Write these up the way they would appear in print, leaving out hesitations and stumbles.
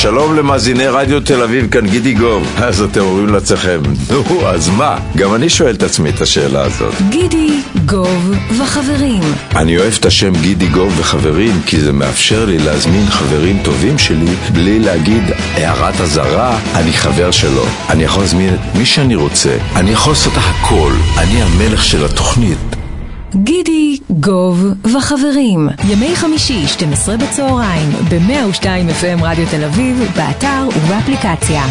שלום למאזיני רדיו תל אביב, כאן גידי גוב. אז אתם אומרים לעצמכם, נו, אז מה? גם אני שואל את עצמי את השאלה הזאת. גידי גוב וחברים. אני אוהב את השם גידי גוב וחברים, כי זה מאפשר לי להזמין חברים טובים שלי, בלי להגיד הערת הזרה, אני חבר שלו. אני יכול להזמין את מי שאני רוצה. אני יכול לעשות הכל. אני המלך של התוכנית. גידי גוב וחברים. ימי חמישי, 12 בצהריים, ב-102 FM רדיו תל אביב, באתר ובאפליקציה.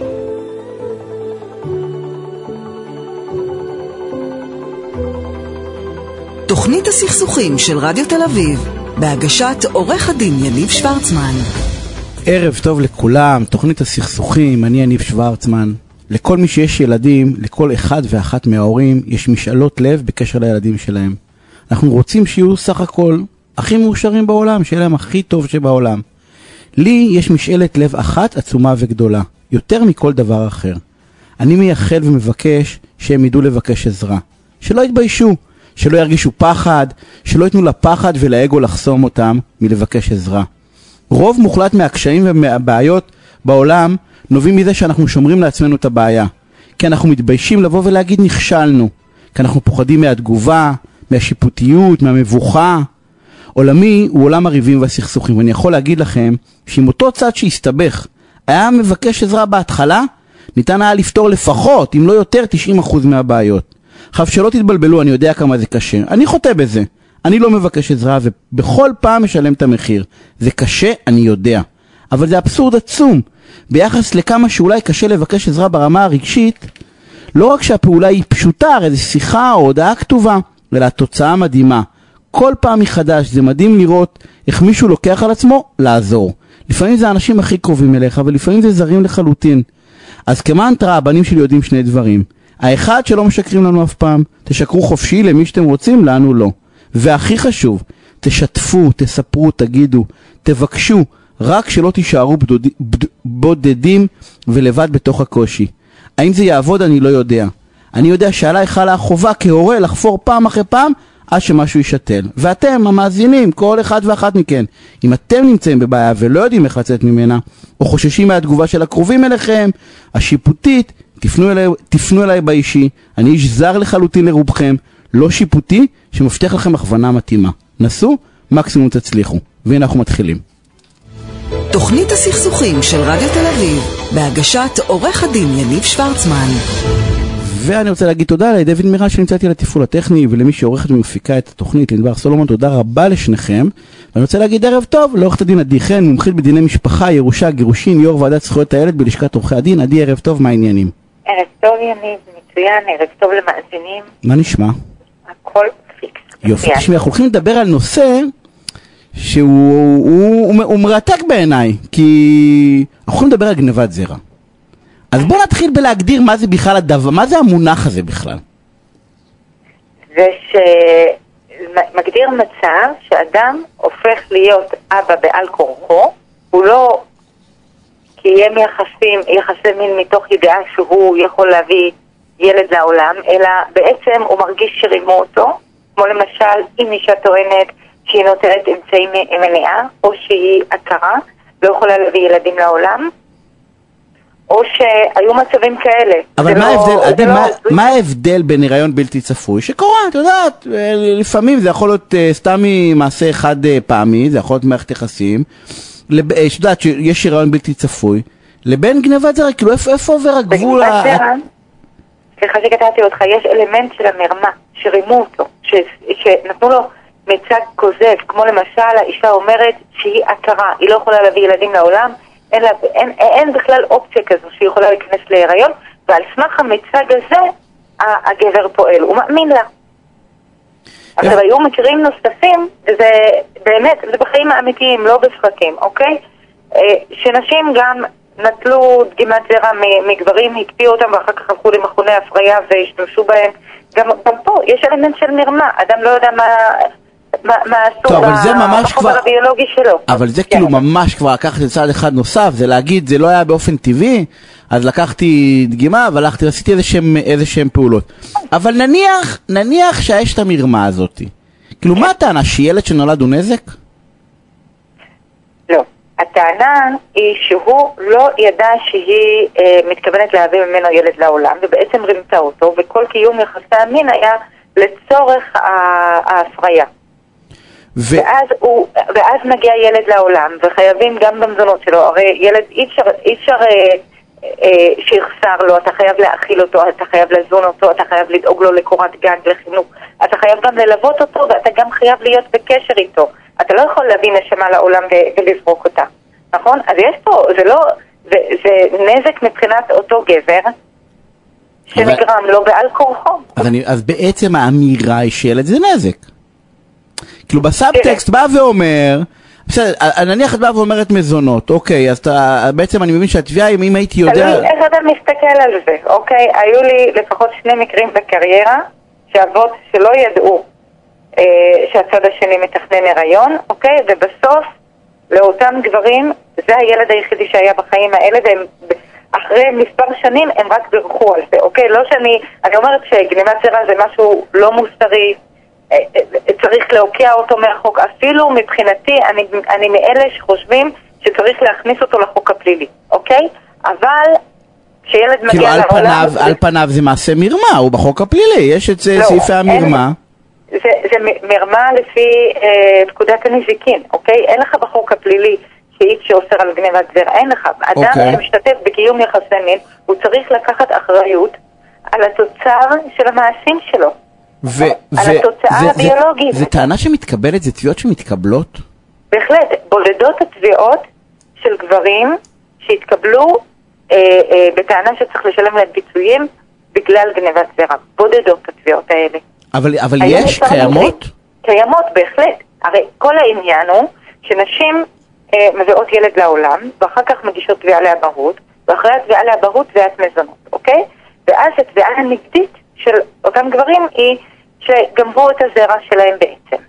תוכנית הסכסוכים של רדיו תל אביב, בהגשת עורך הדין יניב שוורצמן. ערב טוב לכולם, תוכנית הסכסוכים, אני יניב שוורצמן. לכל מי שיש ילדים, לכל אחד ואחת מההורים, יש משאלות לב בקשר לילדים שלהם. אנחנו רוצים שיהיו סך הכל הכי מאושרים בעולם, שיהיה להם הכי טוב שבעולם. לי יש משאלת לב אחת עצומה וגדולה, יותר מכל דבר אחר. אני מייחל ומבקש שהם ידעו לבקש עזרה. שלא יתביישו, שלא ירגישו פחד, שלא ייתנו לפחד ולאגו לחסום אותם מלבקש עזרה. רוב מוחלט מהקשיים ומהבעיות בעולם נובעים מזה שאנחנו שומרים לעצמנו את הבעיה. כי אנחנו מתביישים לבוא ולהגיד נכשלנו. כי אנחנו פוחדים מהתגובה, מהשיפוטיות, מהמבוכה. עולמי הוא עולם הריבים והסכסוכים. ואני יכול להגיד לכם שאם אותו צד שהסתבך היה מבקש עזרה בהתחלה, ניתן היה לפתור לפחות, אם לא יותר, 90% מהבעיות. עכשיו שלא תתבלבלו, אני יודע כמה זה קשה. אני חוטא בזה. אני לא מבקש עזרה ובכל פעם משלם את המחיר. זה קשה, אני יודע. אבל זה אבסורד עצום. ביחס לכמה שאולי קשה לבקש עזרה ברמה הרגשית, לא רק שהפעולה היא פשוטה, הרי זה שיחה או הודעה כתובה, אלא התוצאה מדהימה. כל פעם מחדש זה מדהים לראות איך מישהו לוקח על עצמו לעזור. לפעמים זה האנשים הכי קרובים אליך, ולפעמים זה זרים לחלוטין. אז כמנטרה, הבנים שלי יודעים שני דברים. האחד, שלא משקרים לנו אף פעם, תשקרו חופשי למי שאתם רוצים, לנו לא. והכי חשוב, תשתפו, תספרו, תגידו, תבקשו, רק שלא תישארו בודדים ולבד בתוך הקושי. האם זה יעבוד? אני לא יודע. אני יודע שעליי חלה החובה כהורה לחפור פעם אחרי פעם עד שמשהו ישתל. ואתם, המאזינים, כל אחד ואחת מכן, אם אתם נמצאים בבעיה ולא יודעים איך לצאת ממנה, או חוששים מהתגובה של הקרובים אליכם, השיפוטית, תפנו אליי באישי. אני איש זר לחלוטין לרובכם, לא שיפוטי, שמבטיח לכם הכוונה מתאימה. נסו, מקסימום תצליחו. והנה אנחנו מתחילים. תוכנית הסכסוכים של רדיו תל אביב, בהגשת עורך הדין יניב שוורצמן. ואני רוצה להגיד תודה לדוד מירה שנמצאתי על התפעול הטכני, ולמי שעורכת ומפיקה את התוכנית, לנבר סולומון, תודה רבה לשניכם. ואני רוצה להגיד ערב טוב לעורכת הדין עדי חן, מומחית בדיני משפחה, ירושה, גירושין, יו"ר ועדת זכויות הילד בלשכת עורכי הדין. עדי, ערב טוב, מה העניינים? ערב טוב יניב, מצוין, ערב טוב למאזינים. מה נשמע? הכל פיקס. יופי, תשמעי, אנחנו הולכים לדבר על נושא שהוא מרתק בעיניי, כי אנחנו יכולים לדבר על גנבת זרע. אז בואו נתחיל בלהגדיר מה זה בכלל הדבר, מה זה המונח הזה בכלל? זה שמגדיר מצב שאדם הופך להיות אבא בעל כורחו, הוא לא קיים יחסי מין מתוך ידיעה שהוא יכול להביא ילד לעולם, אלא בעצם הוא מרגיש שרימו אותו, כמו למשל אם אישה טוענת שהיא נותנת אמצעי מניעה, או שהיא עקרה, לא יכולה להביא ילדים לעולם, או שהיו מצבים כאלה. אבל מה ההבדל, מה ההבדל בין הריון בלתי צפוי? שקורה, את יודעת, לפעמים זה יכול להיות סתם מעשה אחד פעמי, זה יכול להיות מערכת יחסים, את יודעת שיש הריון בלתי צפוי, לבין גנבת זרע, כאילו איפה עובר הגבול? בגנבת זרע, סליחה שקטעתי אותך, יש אלמנט של המרמה, שרימו אותו, שנתנו לו מצג כוזב, כמו למשל האישה אומרת שהיא עקרה, היא לא יכולה להביא ילדים לעולם, אין בכלל אופציה כזו שהיא יכולה להיכנס להיריון, ועל סמך המצג הזה הגבר פועל, הוא מאמין לה. עכשיו היו מקרים נוספים, וזה באמת, זה בחיים האמיתיים, לא בסרטים, אוקיי? שנשים גם נטלו דגימת זרע מגברים, הקפיאו אותם ואחר כך הלכו למכוני הפריה והשתמשו בהם. גם פה יש אלמנט של מרמה, אדם לא יודע מה עשו בחומר הביולוגי שלו. אבל זה כאילו ממש כבר לקחת צעד אחד נוסף, זה להגיד זה לא היה באופן טבעי, אז לקחתי דגימה והלכתי, עשיתי איזה שהם פעולות. אבל נניח שיש את המרמה הזאת. כאילו מה הטענה, שילד שנולד הוא נזק? לא. הטענה היא שהוא לא ידע שהיא מתכוונת להביא ממנו ילד לעולם, ובעצם רימתה אותו, וכל קיום יחסי המין היה לצורך ההפריה. ואז מגיע ילד לעולם, וחייבים גם במזונות שלו, הרי ילד אי אפשר שיחסר לו, אתה חייב להאכיל אותו, אתה חייב לזון אותו, אתה חייב לדאוג לו לקורת גג, לחינוך, אתה חייב גם ללוות אותו, ואתה גם חייב להיות בקשר איתו. אתה לא יכול להביא נשמה לעולם ולזרוק אותה, נכון? אז יש פה, זה נזק מבחינת אותו גבר, שנגרם לו בעל כורחו. אז בעצם האמירה היא שילד זה נזק. כאילו בסאבטקסט בא ואומר, בסדר, נניח את באה ואומרת מזונות, אוקיי, אז בעצם אני מבין שהתביעה, אם הייתי יודע... תלוי איך אתה מסתכל על זה, אוקיי? היו לי לפחות 2 מקרים בקריירה, שאבות שלא ידעו שהצד השני מתכנן הריון, אוקיי? ובסוף, לאותם גברים, זה הילד היחידי שהיה בחיים האלה, והם אחרי מספר שנים הם רק ברכו על זה, אוקיי? לא אני אומרת שגניבת זרע זה משהו לא מוסרי, צריך להוקיע אותו מהחוק, אפילו מבחינתי אני מאלה שחושבים שצריך להכניס אותו לחוק הפלילי, אוקיי? אבל כשילד מגיע לעולם... כאילו על פניו זה מעשה מרמה, הוא בחוק הפלילי, יש את סעיפי המרמה. זה מרמה לפי פקודת הנזיקין, אוקיי? אין לך בחוק הפלילי סעיף שאוסר על גניבת זרע, אין לך. אדם שמשתתף בקיום יחסי מין, הוא צריך לקחת אחריות על התוצר של המעשים שלו. על התוצאה הביולוגית. זה טענה שמתקבלת, זה תביעות שמתקבלות? בהחלט, בודדות התביעות של גברים שהתקבלו בטענה שצריך לשלם להם פיצויים בגלל גניבת זרע. בודדות התביעות האלה. אבל יש קיימות? קיימות, בהחלט. הרי כל העניין הוא שנשים מביאות ילד לעולם, ואחר כך מגישות תביעה לאבהות, ואחרי התביעה לאבהות תביעת מזונות, אוקיי? ואז התביעה הנגדית של אותם גברים היא שגנבו את הזרע שלהם בעצם.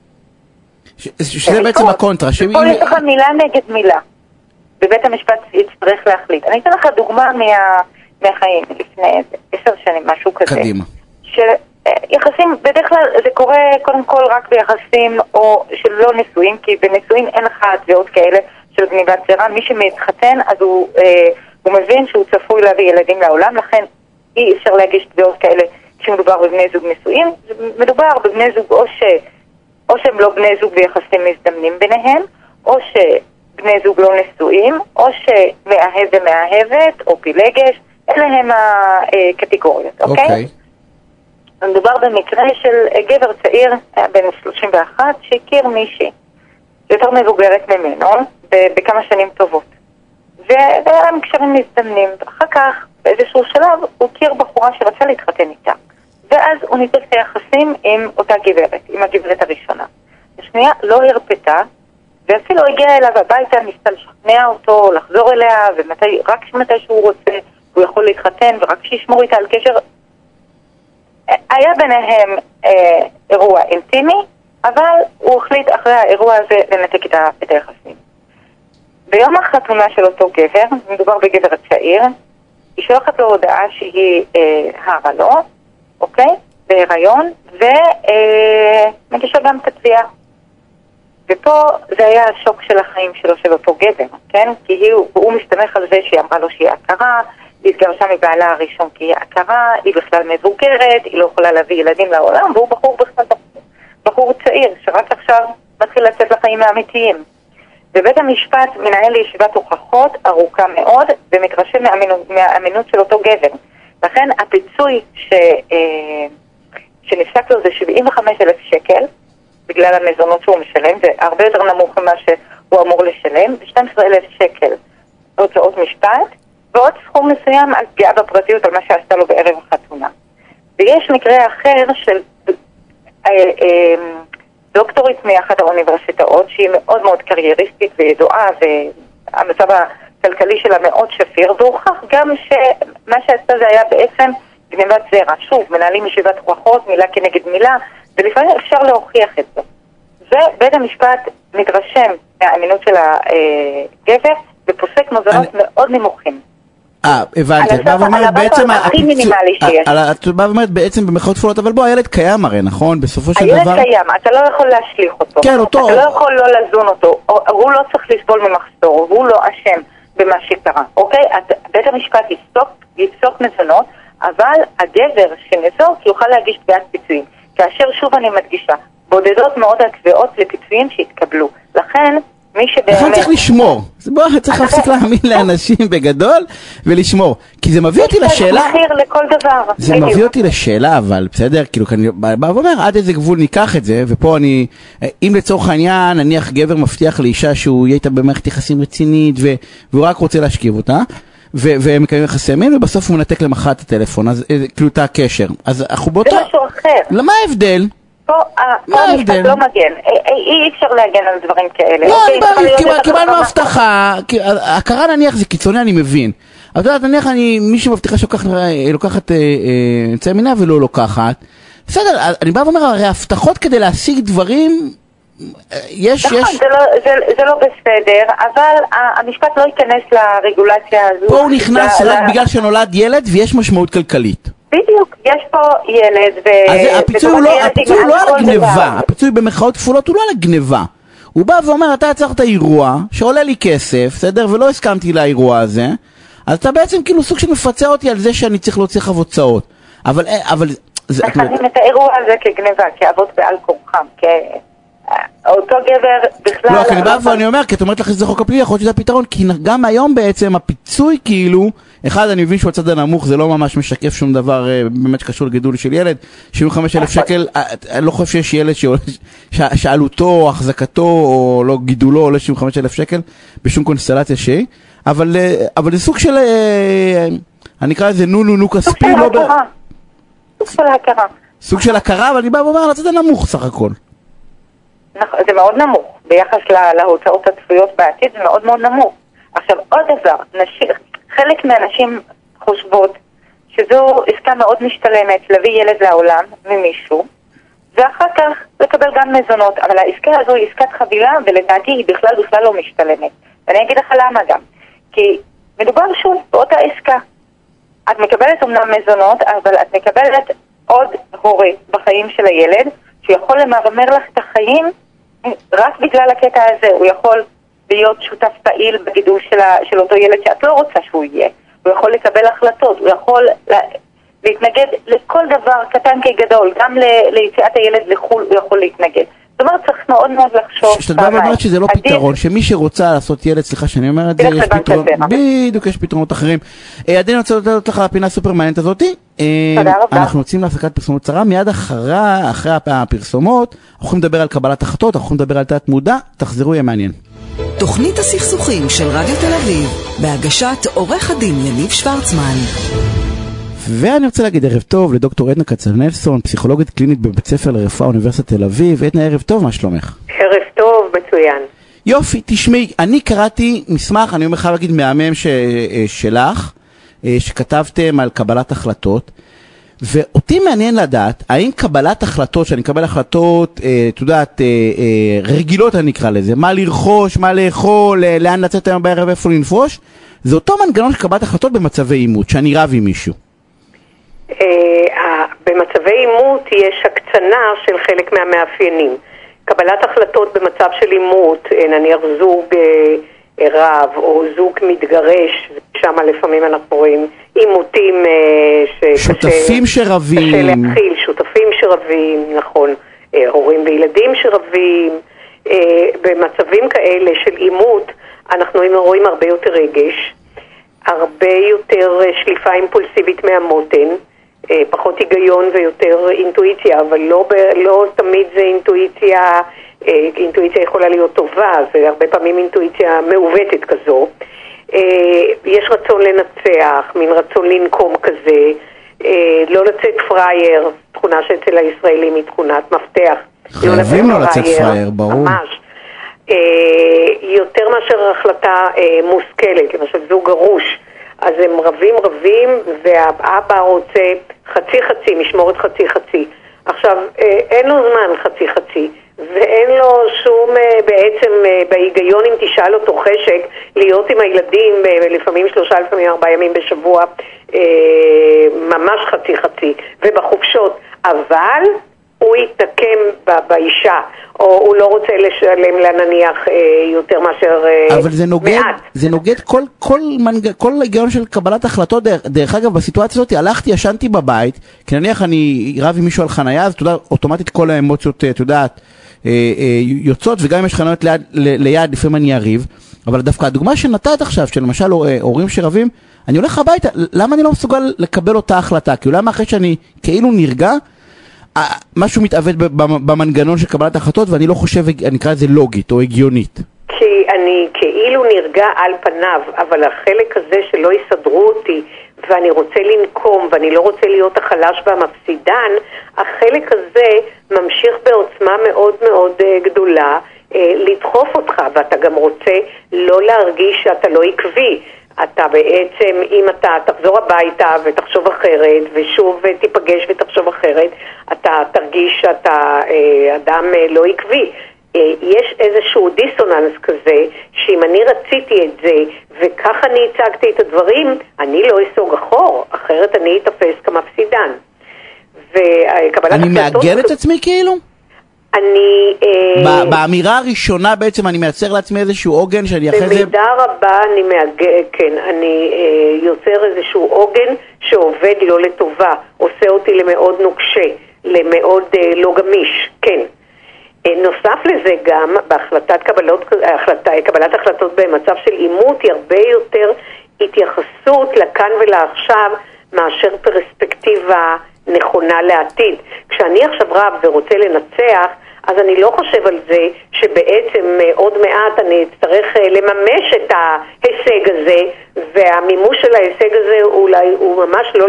שזה בעצם הקונטרה. פה יש לך מילה נגד מילה. בבית המשפט יצטרך להחליט. אני אתן לך דוגמה מהחיים לפני 10 שנים, משהו כזה. קדימה. יחסים, בדרך כלל זה קורה קודם כל רק ביחסים או של לא נישואים, כי בנישואים אין לך תביעות כאלה של גניבת זרע. מי שמתחתן, אז הוא מבין שהוא צפוי להביא ילדים לעולם, לכן אי אפשר להגיש תביעות כאלה כשמדובר בבני זוג נישואים. מדובר בבני זוג או שהם לא בני זוג ויחסים מזדמנים ביניהם, או שבני זוג לא נישואים, או שמאהב ומאהבת, או פילגש. אלה הם הקטגוריות, אוקיי? מדובר במקרה של גבר צעיר, היה בן 31, שהכיר מישהי יותר מבוגרת ממנו בכמה שנים טובות. והיה להם קשרים מזדמנים. ואחר כך, באיזשהו שלב, הוא הכיר בחורה שרצה להתחתן איתה. ואז הוא ניתק את היחסים עם אותה גברת, עם הגברת הראשונה. השנייה לא הרפתה, ואפילו הגיעה אליו הביתה, ניסתה לשכנע אותו, לחזור אליה, ורק מתי שהוא רוצה, הוא יכול להתחתן, ורק שישמור איתה על קשר. היה ביניהם אירוע אינטימי, אבל הוא החליט אחרי האירוע הזה לנתק את היחסים. ביום החתונה של אותו גבר, מדובר בגבר צעיר, היא שולחת לו הודעה שהיא הרה לו, אוקיי? בהיריון, ומגישה גם את התביעה. ופה זה היה השוק של החיים שלו, של אותו גבר, כן? כי הוא מסתמך על זה שהיא אמרה לו שהיא הכרה, היא התגרשה מבעלה הראשון כי היא הכרה, היא בכלל מבוגרת, היא לא יכולה להביא ילדים לעולם, והוא בחור צעיר, שרק עכשיו מתחיל לצאת לחיים האמיתיים. ובית המשפט מנהל לישיבת הוכחות ארוכה מאוד, ומתרשם מהאמינות של אותו גבר. לכן הפיצוי שנפסק לו זה 75,000 שקל, בגלל המזונות שהוא משלם, זה הרבה יותר נמוך ממה שהוא אמור לשלם, 12,000 שקל הוצאות משפט, ועוד סכום מסוים על פגיעה בפרטיות על מה שעשתה לו בערב החתונה. ויש מקרה אחר של דוקטורית מאחת האוניברסיטאות, שהיא מאוד מאוד קרייריסטית וידועה, והמצב הכלכלי שלה מאוד שפיר, והוכח גם שמה שעשתה זה היה בעצם גניבת זרע. שוב, מנהלים ישיבת הוכחות, מילה כנגד מילה, ולפעמים אפשר להוכיח את זה. ובית המשפט מתרשם מהאמינות של הגבר, ופוסק מזונות מאוד נמוכים. הבנתי, את באה ואומרת בעצם, הכי מינימלי שיש. את באה ואומרת בעצם במחאות כפולות, אבל בוא, הילד קיים הרי, נכון? בסופו של דבר... הילד קיים, אתה לא יכול להשליך אותו. כן, אותו. אתה לא יכול לא לזון אותו, הוא לא צריך לסבול ממחסור, והוא לא אשם במה שקרה, אוקיי? בית המשפט יפסוק מזונות, אבל הגבר שניזוק יוכל להגיש תביעת פיצויים. כאשר שוב אני מדגישה, בודדות מאוד התביעות לפיצויים שהתקבלו. לכן, מי שבאמת... לכן צריך לשמור. בוא, צריך להפסיק להאמין לאנשים בגדול ולשמור. כי זה מביא אותי לשאלה... יש מחיר לכל דבר. זה מביא אותי לשאלה, אבל בסדר, כאילו, אני בא ואומר, עד איזה גבול ניקח את זה, ופה אני... אם לצורך העניין, נניח גבר מבטיח לאישה שהוא יהיה איתה במערכת יחסים רצינית, והוא רק רוצה להשכיב אותה, והם מקיימים יחסי מין, ובסוף הוא מנתק למחרת את הטלפון, אז כאילו את הקשר. אז אנחנו באותו... זה משהו אחר. למה ההבדל? פה המשפט לא מגן, אי אפשר להגן על דברים כאלה. לא, קיבלנו הבטחה, הכרה נניח זה קיצוני, אני מבין. אבל אתה יודעת, נניח מישהו מבטיחה שלוקחת אמצעי מינה ולא לוקחת. בסדר, אני בא ואומר, הרי הבטחות כדי להשיג דברים, יש... נכון, זה לא בסדר, אבל המשפט לא ייכנס לרגולציה הזו. פה הוא נכנס רק בגלל שנולד ילד ויש משמעות כלכלית. בדיוק, יש פה ילד אז הפיצוי הוא לא על הגניבה, הפיצוי במחאות כפולות הוא לא על הגניבה. הוא בא ואומר, אתה יצרת אירוע שעולה לי כסף, בסדר, ולא הסכמתי לאירוע הזה, אז אתה בעצם כאילו סוג שמפצה אותי על זה שאני צריך להוציא לך הוצאות. אבל... מכנים את האירוע הזה כגניבה, כאבות בעל כורחם, אותו גבר בכלל... לא, כי אני בא ואני אומר, כי את אומרת לך שזה חוק הפלילי, יכול להיות שזה הפתרון, כי גם היום בעצם הפיצוי כאילו, אחד אני מבין שהוא הצד הנמוך, זה לא ממש משקף שום דבר באמת שקשור לגידול של ילד, 75,000 שקל, אני לא חושב שיש ילד שעלותו או החזקתו או לא גידולו עולה 75,000 שקל, בשום קונסטלציה שהיא, אבל זה סוג של, אני אקרא לזה נו כספי, סוג של הכרה. סוג של הכרה, אבל אני בא ואומר, הצד הנמוך סך הכל. זה מאוד נמוך, ביחס להוצאות הצפויות בעתיד זה מאוד מאוד נמוך. עכשיו עוד דבר, חלק מהנשים חושבות שזו עסקה מאוד משתלמת להביא ילד לעולם ממישהו, ואחר כך לקבל גם מזונות, אבל העסקה הזו היא עסקת חבילה, ולדעתי היא בכלל לא משתלמת. ואני אגיד לך למה גם, כי מדובר שוב באותה עסקה. את מקבלת אומנם מזונות, אבל את מקבלת עוד הורה בחיים של הילד, שיכול למרמר לך את החיים רק בגלל הקטע הזה. הוא יכול להיות שותף פעיל בגידול של אותו ילד שאת לא רוצה שהוא יהיה. הוא יכול לקבל החלטות, הוא יכול להתנגד לכל דבר קטן כגדול, גם ליציאת הילד לחול הוא יכול להתנגד. זאת אומרת, צריך מאוד מאוד לחשוב. שאת באה ואומרת שזה לא פתרון, שמי שרוצה לעשות ילד, סליחה שאני אומר את זה, יש פתרונות, בדיוק יש פתרונות אחרים. עדיין רוצה לתת לך לפינה סופר מעניינת הזאת. תודה רבה. אנחנו יוצאים להפסקת פרסומות קצרה, מיד אחרי הפרסומות, אנחנו יכולים לדבר על קבלת החלטות, אנחנו יכולים לדבר על תת מודע, תחזרו, יהיה מעניין. תוכנית הסכסוכים של רדיו תל אביב, בהגשת עורך הדין יניב שוורצמן. ואני רוצה להגיד ערב טוב לדוקטור עדנה כצנלסון, פסיכולוגית קלינית בבית ספר לרפואה אוניברסיטת תל אביב. עדנה, ערב טוב, מה שלומך? ערב טוב, מצוין. יופי, תשמעי, אני קראתי מסמך, אני אומר לך להגיד מהמם שלך, שכתבתם על קבלת החלטות, ואותי מעניין לדעת, האם קבלת החלטות, שאני מקבל החלטות, תודעת, רגילות אני אקרא לזה, מה לרכוש, מה לאכול, לאן לצאת היום בערב, איפה לנפוש, זה אותו מנגנון של קבלת החלטות במצבי אימות, שאני רב עם מישהו. במצבי אימות יש הקצנה של חלק מהמאפיינים. קבלת החלטות במצב של אימות, נניח זוג רב או זוג מתגרש, שם לפעמים אנחנו רואים אימותים שותפים שרבים. קשה להתחיל, שותפים שרבים, נכון, הורים וילדים שרבים. במצבים כאלה של אימות אנחנו רואים הרבה יותר רגש, הרבה יותר שליפה אימפולסיבית מהמותן, פחות היגיון ויותר אינטואיציה, אבל לא תמיד זה אינטואיציה יכולה להיות טובה, זה הרבה פעמים אינטואיציה מעוותת כזו. יש רצון לנצח, מין רצון לנקום כזה, לא לצאת פרייר, תכונה שאצל הישראלים היא תכונת מפתח. חייבים לא לצאת פרייר, ברור. ממש. יותר מאשר החלטה מושכלת, למשל זוג גרוש, אז הם רבים, והאבא רוצה חצי, משמורת חצי. עכשיו, אין לו זמן חצי, ואין לו שום בעצם בהיגיון אם תשאל אותו חשק להיות עם הילדים לפעמים 3 לפעמים 4 ימים בשבוע ממש חצי ובחופשות, אבל הוא יתנקם באישה או הוא לא רוצה לשלם לה נניח יותר מאשר אבל זה נוגד כל היגיון של קבלת החלטות. דרך אגב, בסיטואציה הזאת הלכתי, ישנתי בבית, כי נניח אני רב עם מישהו על חנייה, אז אוטומטית כל האמוציות, את יודעת, יוצאות, וגם אם יש חנויות ליד, לפעמים אני אריב, אבל דווקא הדוגמה שנתת עכשיו, של למשל הורים שרבים, אני הולך הביתה, למה אני לא מסוגל לקבל אותה החלטה? כי אולי אחרי שאני כאילו נרגע, משהו מתעוות במנגנון של קבלת החלטות, ואני לא חושב, אני אקרא את זה לוגית או הגיונית. כי אני כאילו נרגע על פניו, אבל החלק הזה שלא יסדרו אותי, ואני רוצה לנקום, ואני לא רוצה להיות החלש והמפסידן, החלק הזה ממשיך בעוצמה מאוד מאוד גדולה, לדחוף אותך, ואתה גם רוצה לא להרגיש שאתה לא עקבי. אתה בעצם, אם אתה תחזור הביתה ותחשוב אחרת, ושוב תיפגש ותחשוב אחרת, אתה תרגיש שאתה אדם לא עקבי. יש איזשהו דיסוננס כזה, שאם אני רציתי את זה, וכך אני הצגתי את הדברים, אני לא אסוג אחור, אחרת אני אתפס כמפסידן. אני מאגר את עצמי כאילו? באמירה הראשונה בעצם אני מייצר לעצמי איזשהו עוגן שאני אחרי זה... במידה רבה אני כן, אני יוצר איזשהו עוגן שעובד לא לטובה, עושה אותי למאוד נוקשה, למאוד לא גמיש, כן. נוסף לזה גם, קבלת החלטות במצב של אימות היא הרבה יותר התייחסות לכאן ולעכשיו מאשר פרספקטיבה נכונה לעתיד. כשאני עכשיו רב ורוצה לנצח, אז אני לא חושב על זה שבעצם עוד מעט אני אצטרך לממש את ההישג הזה, והמימוש של ההישג הזה אולי הוא ממש לא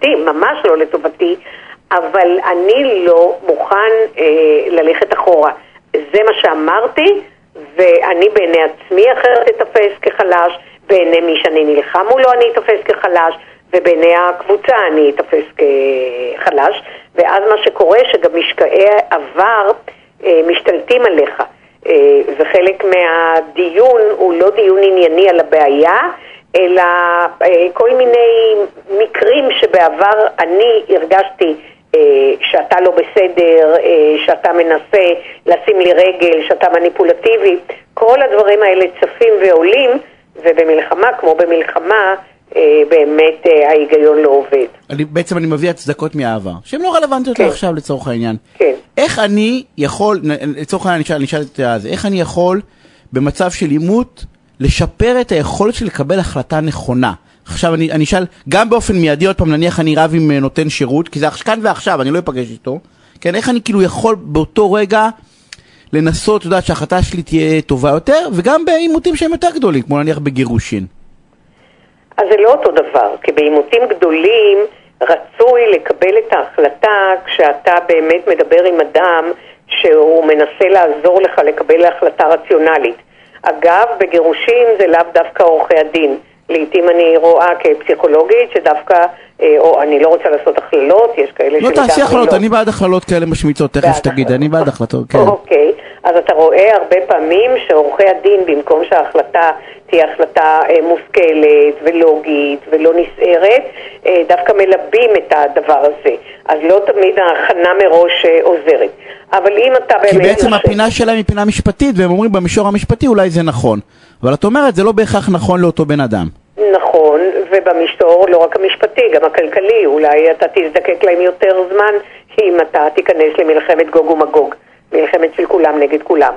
לטובתי, אבל אני לא מוכן ללכת אחורה. זה מה שאמרתי, ואני בעיני עצמי אחרת אתפס כחלש, בעיני מי שאני נלחם מולו אני אתפס כחלש, ובעיני הקבוצה אני אתפס כחלש, ואז מה שקורה שגם משקעי עבר משתלטים עליך, וחלק מהדיון הוא לא דיון ענייני על הבעיה, אלא כל מיני מקרים שבעבר אני הרגשתי שאתה לא בסדר, שאתה מנסה לשים לי רגל, שאתה מניפולטיבי, כל הדברים האלה צפים ועולים, ובמלחמה כמו במלחמה באמת ההיגיון לא עובד. בעצם אני מביא הצדקות מהעבר, שהן לא רלוונטיות לעכשיו לצורך העניין. כן. איך אני יכול, לצורך העניין אני אשאל את זה, איך אני יכול במצב של עימות לשפר את היכולת של לקבל החלטה נכונה? עכשיו אני אשאל, גם באופן מיידי, עוד פעם נניח אני רב עם נותן שירות, כי זה כאן ועכשיו, אני לא אפגש איתו, כן, איך אני כאילו יכול באותו רגע לנסות, יודעת, שההחלטה שלי תהיה טובה יותר, וגם בעימותים שהם יותר גדולים, כמו נניח בגירושין. אז זה לא אותו דבר, כי בעימותים גדולים רצוי לקבל את ההחלטה כשאתה באמת מדבר עם אדם שהוא מנסה לעזור לך לקבל החלטה רציונלית. אגב, בגירושים זה לאו דווקא עורכי הדין. לעתים אני רואה כפסיכולוגית שדווקא, או אני לא רוצה לעשות הכללות, יש כאלה לא תעשי הכללות, אני בעד הכללות כאלה משמיצות, תכף תגיד, אני בעד הכללות, כן. אוקיי, אז אתה רואה הרבה פעמים שעורכי הדין, במקום שההחלטה תהיה החלטה מושכלת ולוגית ולא נסערת, דווקא מלבים את הדבר הזה. אז לא תמיד ההכנה מראש עוזרת. אבל אם אתה באמת... כי בעצם הפינה שלהם היא פינה משפטית, והם אומרים במישור המשפטי אולי זה נכון. אבל את אומרת, זה לא בהכרח נכון לאותו בן אדם. נכון, ובמישור לא רק המשפטי, גם הכלכלי, אולי אתה תזדקק להם יותר זמן, אם אתה תיכנס למלחמת גוג ומגוג, מלחמת של כולם נגד כולם.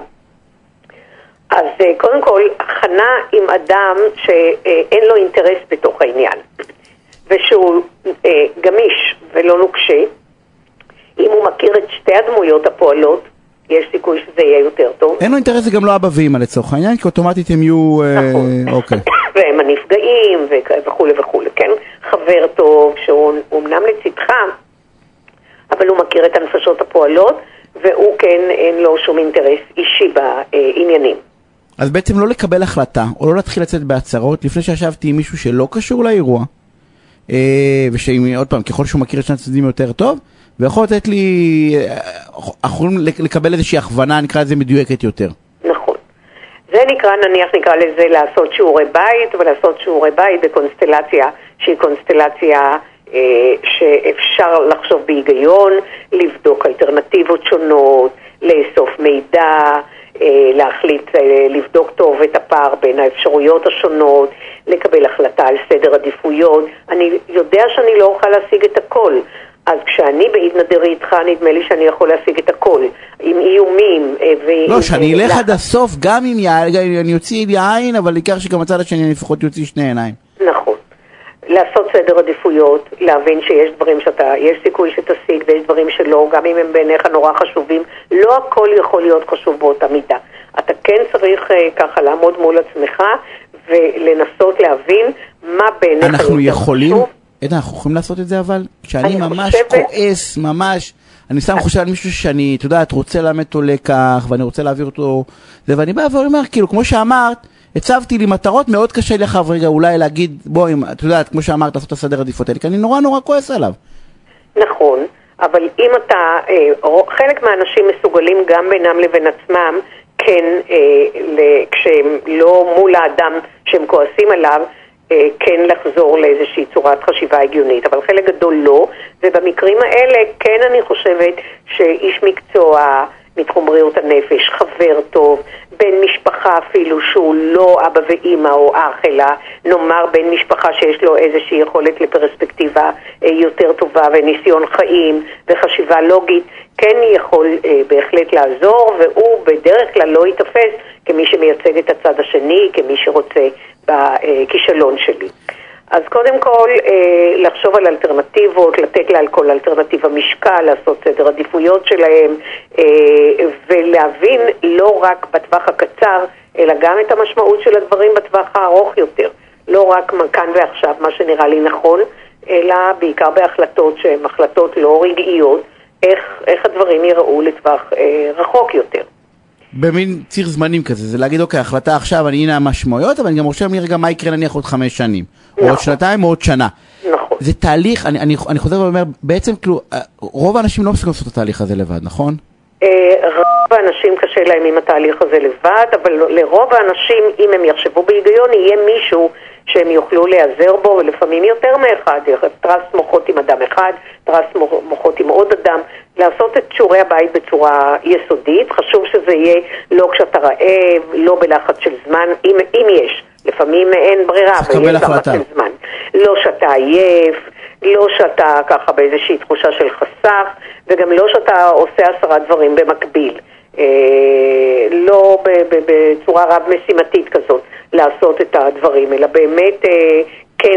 אז קודם כל, הכנה עם אדם שאין לו אינטרס בתוך העניין, ושהוא גמיש ולא נוקשה, אם הוא מכיר את שתי הדמויות הפועלות, יש סיכוי שזה יהיה יותר טוב. אין לו אינטרס, זה גם לא אבא ואמא לצורך העניין, כי אוטומטית הם יהיו... נכון. אוקיי. והם הנפגעים וכו' וכו', כן? חבר טוב, שהוא אמנם לצדך, אבל הוא מכיר את הנפשות הפועלות, והוא כן, אין לו שום אינטרס אישי בעניינים. אז בעצם לא לקבל החלטה, או לא להתחיל לצאת בהצהרות, לפני שישבתי עם מישהו שלא קשור לאירוע, ושעוד פעם, ככל שהוא מכיר את שני הצדדים יותר טוב, ויכול לתת לי, יכולים לקבל איזושהי הכוונה, נקרא לזה מדויקת יותר. נכון. זה נקרא לזה לעשות שיעורי בית, ולעשות שיעורי בית בקונסטלציה שהיא קונסטלציה שאפשר לחשוב בהיגיון, לבדוק אלטרנטיבות שונות, לאסוף מידע, להחליט, לבדוק טוב את הפער בין האפשרויות השונות, לקבל החלטה על סדר עדיפויות. אני יודע שאני לא אוכל להשיג את הכל, אז כשאני בהתנדרי איתך, נדמה לי שאני יכול להשיג את הכל, עם איומים. לא, שאני אלך עד הסוף, גם אם אני יוציא לי עין, אבל עיקר שגם הצד השני אני לפחות יוציא שני עיניים. נכון. לעשות סדר עדיפויות, להבין שיש דברים יש סיכוי שתשיג ויש דברים שלא, גם אם הם בעיניך נורא חשובים, לא הכל יכול להיות חשוב באותה מידה. אתה כן צריך ככה לעמוד מול עצמך ולנסות להבין מה בעיניך אנחנו יכולים, אנחנו יכולים לעשות את זה אבל, כשאני ממש כועס, ממש, אני סתם חושב על מישהו שאני, אתה יודעת, רוצה לאמת אותו לקח, ואני רוצה להעביר אותו, ואני בא ואומר, כאילו, כמו שאמרת, הצבתי לי מטרות, מאוד קשה לי אחר רגע אולי להגיד, בואי, אתה יודעת, כמו שאמרת, לעשות את הסדר עדיפות האלה, כי אני נורא כועס עליו. נכון, אבל אם אתה, חלק מהאנשים מסוגלים גם בינם לבין עצמם, כן, כשהם לא מול האדם שהם כועסים עליו, כן לחזור לאיזושהי צורת חשיבה הגיונית, אבל חלק גדול לא, ובמקרים האלה כן אני חושבת שאיש מקצוע מתחום בריאות הנפש, חבר טוב, בן משפחה אפילו שהוא לא אבא ואמא או אח, אלא נאמר בן משפחה שיש לו איזושהי יכולת לפרספקטיבה יותר טובה וניסיון חיים וחשיבה לוגית, כן יכול בהחלט לעזור, והוא בדרך כלל לא יתפס כמי שמייצג את הצד השני, כמי שרוצה בכישלון שלי. אז קודם כל, לחשוב על אלטרנטיבות, לתת לה על כל אלטרנטיבה משקל, לעשות סדר עדיפויות שלהם, ולהבין לא רק בטווח הקצר, אלא גם את המשמעות של הדברים בטווח הארוך יותר. לא רק כאן ועכשיו, מה שנראה לי נכון, אלא בעיקר בהחלטות שהן החלטות לא רגעיות, איך הדברים יראו לטווח רחוק יותר. במין ציר זמנים כזה, זה להגיד, אוקיי, החלטה עכשיו, הנה המשמעויות, אבל אני גם רושם לי רגע מה יקרה נניח עוד 5 שנים, או עוד שנתיים, או עוד שנה. נכון. זה תהליך, אני חוזר ואומר, בעצם כאילו, רוב האנשים לא מסוגלים לעשות את התהליך הזה לבד, נכון? רוב האנשים קשה להם עם התהליך הזה לבד, אבל לרוב האנשים, אם הם יחשבו בהיגיון, יהיה מישהו שהם יוכלו להיעזר בו, ולפעמים יותר מאחד, טרס מוחות עם אדם אחד, טרס מוחות עם עוד אדם, לעשות את שיעורי הבית בצורה יסודית. חשוב שזה יהיה לא כשאתה רעב, לא בלחץ של זמן, אם יש, לפעמים אין ברירה, ויש לחץ של זמן. לא שאתה עייף, לא שאתה ככה באיזושהי תחושה של חסך, וגם לא שאתה עושה 10 דברים במקביל. לא בצורה רב משימתית כזאת לעשות את הדברים, אלא באמת כן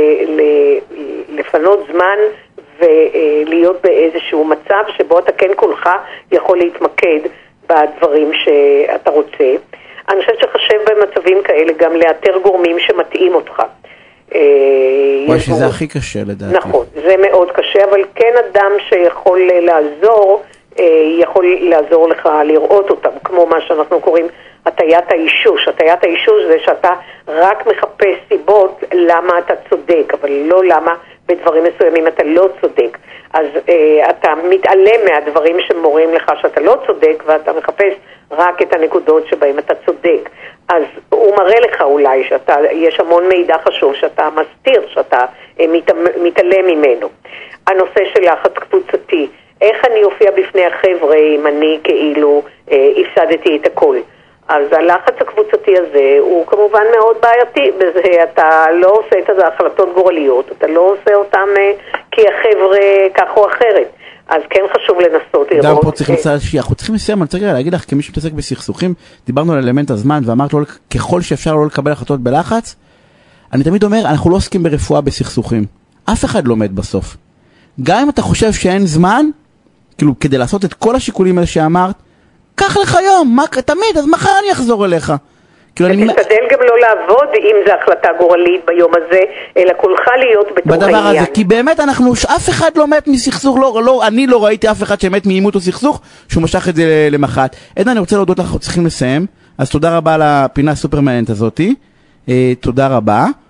לפנות זמן ולהיות באיזשהו מצב שבו אתה כן כולך יכול להתמקד בדברים שאתה רוצה. אני חושבת שחשב במצבים כאלה גם לאתר גורמים שמתאים אותך. שזה הכי קשה לדעתי. נכון, זה מאוד קשה, אבל כן אדם שיכול לעזור, יכול לעזור לך לראות אותם, כמו מה שאנחנו קוראים הטיית האישוש. הטיית האישוש זה שאתה רק מחפש סיבות למה אתה צודק, אבל לא למה בדברים מסוימים אתה לא צודק. אז אתה מתעלם מהדברים שמורים לך שאתה לא צודק, ואתה מחפש רק את הנקודות שבהם אתה צודק. אז הוא מראה לך אולי שיש המון מידע חשוב שאתה מסתיר, שאתה מתעלם ממנו. הנושא של לחץ קבוצתי, איך אני אופיע בפני החבר'ה אם אני כאילו הפסדתי את הכל. אז הלחץ הקבוצתי הזה הוא כמובן מאוד בעייתי, בזה אתה לא עושה את ההחלטות גורליות, אתה לא עושה אותם כי החבר'ה כך או אחרת. אז כן חשוב לנסות לראות. גם פה אנחנו צריכים לסיים, אני צריך להגיד לך, כמי שמתעסק בסכסוכים, דיברנו על אלמנט הזמן, ואמרת לו, ככל שאפשר לא לקבל החלטות בלחץ, אני תמיד אומר, אנחנו לא עוסקים ברפואה בסכסוכים. אף אחד לא מת בסוף. גם אם אתה חושב שאין זמן, כאילו, כדי לעשות את כל השיקולים האלה שאמרת, קח לך יום, תמיד, אז מחר אני אחזור אליך. ותשתדל גם לא לעבוד אם זו החלטה גורלית ביום הזה, אלא כולך להיות בתוך העניין. בדבר הזה, כי באמת אף אחד לא מת מסכסוך, אני לא ראיתי אף אחד שמת מעימות או סכסוך, שהוא משך את זה למחת. עדנה, אני רוצה להודות לך, אנחנו צריכים לסיים, אז תודה רבה על הפינה הסופר מעניינת הזאת, תודה רבה.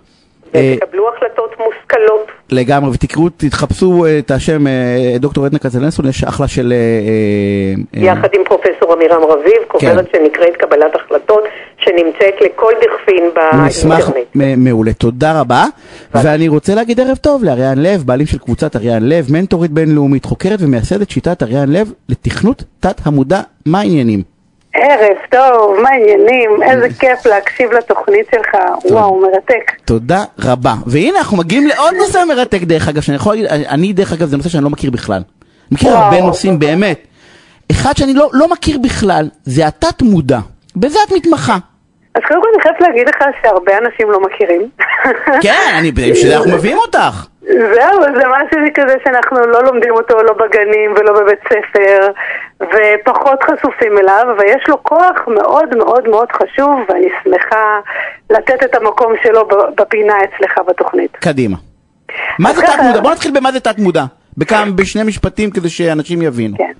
ותקבלו החלטות מושכלות. לגמרי, ותקראו, תתחפשו את השם דוקטור עדנה כצנלסון, יש אחלה של... יחד עם פרופסור אמירם רביב, חוברת שנקראת קבלת החלטות, שנמצאת לכל דכפין באינטרנט. נשמח מעולה, תודה רבה. ואני רוצה להגיד ערב טוב לאריאן לב, בעלים של קבוצת אריאן לב, מנטורית בינלאומית, חוקרת ומייסדת שיטת אריאן לב לתכנות תת המודע. מה העניינים? ערב טוב, מה העניינים? איזה כיף להקשיב לתוכנית שלך, וואו, מרתק. תודה רבה. והנה אנחנו מגיעים לעוד נושא מרתק דרך אגב, שאני יכול להגיד, אני דרך אגב זה נושא שאני לא מכיר בכלל. מכיר הרבה נושאים באמת. אחד שאני לא מכיר בכלל, זה התת מודע. בזה את מתמחה. אז קודם כל אני חייבת להגיד לך שהרבה אנשים לא מכירים. כן, בשביל אנחנו מביאים אותך. זהו, זה משהו כזה שאנחנו לא לומדים אותו לא בגנים ולא בבית ספר, ופחות חשופים אליו, ויש לו כוח מאוד מאוד מאוד חשוב, ואני שמחה לתת את המקום שלו בפינה אצלך בתוכנית. קדימה. מה זה תת מודע? בוא נתחיל במה זה תת מודע. בשני משפטים כדי שאנשים יבינו. כן.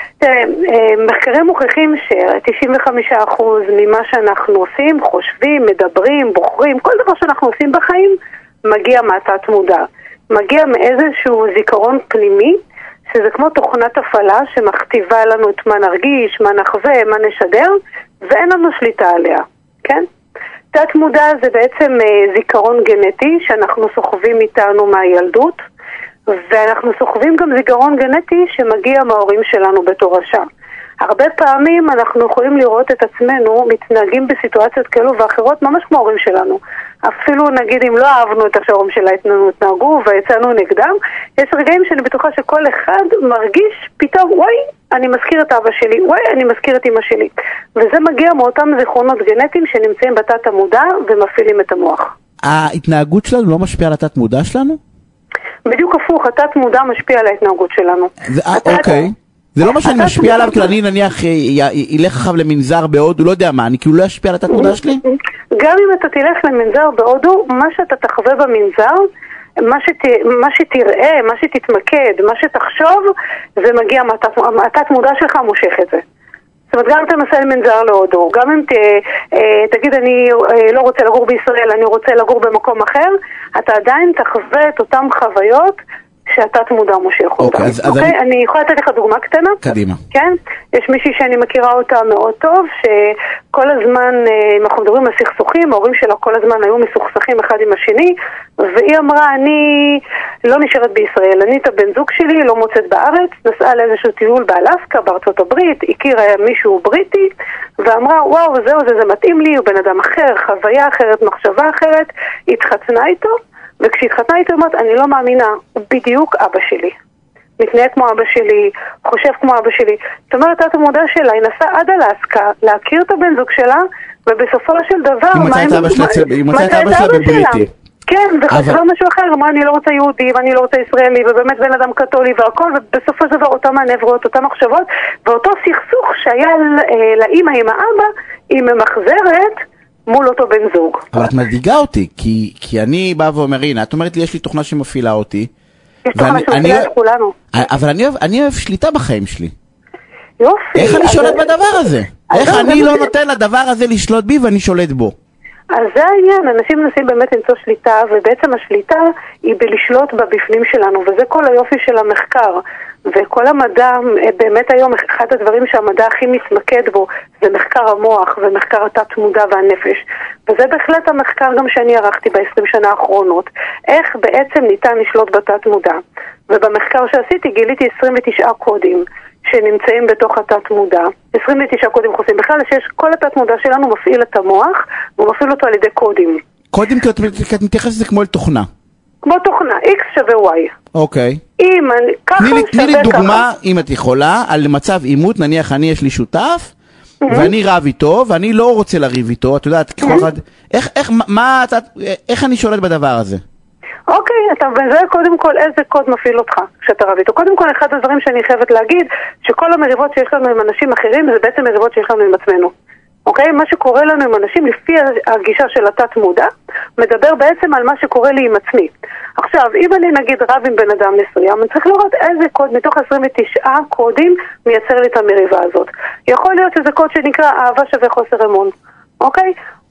מחקרים מוכיחים ש95% ממה שאנחנו עושים, חושבים, מדברים, בוחרים, כל דבר שאנחנו עושים בחיים מגיע מהתת מודע. מגיע מאיזשהו זיכרון פנימי, שזה כמו תוכנת הפעלה שמכתיבה לנו את מה נרגיש, מה נחווה, מה נשדר, ואין לנו שליטה עליה, כן? תת מודע זה בעצם זיכרון גנטי שאנחנו סוחבים איתנו מהילדות, ואנחנו סוחבים גם זיכרון גנטי שמגיע מההורים שלנו בתור רשע. הרבה פעמים אנחנו יכולים לראות את עצמנו מתנהגים בסיטואציות כאלו ואחרות ממש כמו ההורים שלנו. אפילו נגיד אם לא אהבנו את השהורים שלנו התנהגו ויצאנו נגדם, יש רגעים שאני בטוחה שכל אחד מרגיש פתאום, וואי, אני מזכיר את אבא שלי, וואי, אני מזכיר את אמא שלי. וזה מגיע מאותם זיכרונות גנטיים שנמצאים בתת המודע ומפעילים את המוח. ההתנהגות שלנו לא משפיעה על התת מודע שלנו? בדיוק הפוך, התת מודע משפיע על ההתנהגות שלנו. אוקיי. זה לא מה שאני משפיע עליו, כי אני נניח ילך אחריו למנזר בהודו, לא יודע מה, אני כאילו לא אשפיע על התת מודע שלי? גם אם אתה תלך למנזר בהודו, מה שאתה תחווה במנזר, מה שתראה, מה שתתמקד, מה שתחשוב, זה מגיע מהתת מודע שלך מושך את זה. זאת אומרת, גם אם אתה נוסע למנזר להודו, גם אם תגיד אני לא רוצה לגור בישראל, אני רוצה לגור במקום אחר, אתה עדיין תחווה את אותם חוויות שהתת מודע מושך אותה. אוקיי, אני יכולה לתת לך דוגמה קטנה? קדימה. כן? יש מישהי שאני מכירה אותה מאוד טוב, שכל הזמן, אם אנחנו מדברים על סכסוכים, ההורים שלה כל הזמן היו מסוכסכים אחד עם השני, והיא אמרה, אני לא נשארת בישראל, אני את הבן זוג שלי לא מוצאת בארץ, נסעה לאיזשהו טיול באלסקה, בארצות הברית, הכירה מישהו בריטי, ואמרה, וואו, זהו, זה מתאים לי, הוא בן אדם אחר, חוויה אחרת, מחשבה אחרת, התחתנה איתו, וכשהתחתנה איתו אמרת, אני לא מאמינה, הוא בדיוק אבא שלי. מתנהג כמו אבא שלי, חושב כמו אבא שלי. זאת אומרת, תת המודע שלה, היא נסעה עד אלסקה, להכיר את הבן זוג שלה, ובסופו של דבר... היא מצאה את אבא שלה בבריטי. כן, וחשבה משהו אחר, אמרה, אני לא רוצה יהודי, ואני לא רוצה ישראלי, ובאמת בן אדם קתולי והכל, ובסופו של דבר אותם הנברות, אותם מחשבות, ואותו סכסוך שהיה לאמא עם האבא, היא ממחזרת מול אותו בן זוג. אבל את מדאיגה אותי, כי אני בא ואומר, הנה, את אומרת לי, יש לי תוכנה שמפעילה אותי. יש תוכנה שמפעילה את כולנו. אבל אני אוהב שליטה בחיים שלי. יופי. איך אני שולט בדבר הזה? איך אני לא נותן לדבר הזה לשלוט בי ואני שולט בו? אז זה העניין, אנשים מנסים באמת למצוא שליטה, ובעצם השליטה היא בלשלוט בבפנים שלנו, וזה כל היופי של המחקר. וכל המדע, באמת היום אחד הדברים שהמדע הכי מתמקד בו זה מחקר המוח ומחקר התת מודע והנפש, וזה בהחלט המחקר גם שאני ערכתי ב-20 שנה האחרונות, איך בעצם ניתן לשלוט בתת מודע. ובמחקר שעשיתי גיליתי 29 קודים שנמצאים בתוך התת מודע, 29 קודים חוסים, בכלל שיש כל התת מודע שלנו מפעיל את המוח, והוא מפעיל אותו על ידי קודים. קודים כי את מתייחסת לזה כמו אל תוכנה. כמו תוכנה, X שווה Y. אוקיי. תני לי דוגמה, אם את יכולה, על מצב אימות, נניח אני יש לי שותף, ואני רב איתו, ואני לא רוצה לריב איתו, את יודעת, איך אני שולט בדבר הזה? אוקיי, אתה וזה קודם כל איזה קוד מפעיל אותך כשאתה רב איתו. קודם כל אחד הדברים שאני חייבת להגיד, שכל המריבות שיש לנו עם אנשים אחרים, זה בעצם מריבות שיש לנו עם עצמנו. אוקיי? מה שקורה לנו עם אנשים לפי הגישה של התת מודע, מדבר בעצם על מה שקורה לי עם עצמי. עכשיו, אם אני נגיד רב עם בן אדם מסוים, אני צריך לראות איזה קוד מתוך 29 קודים מייצר לי את המריבה הזאת. יכול להיות שזה קוד שנקרא אהבה שווה חוסר אמון. אוקיי?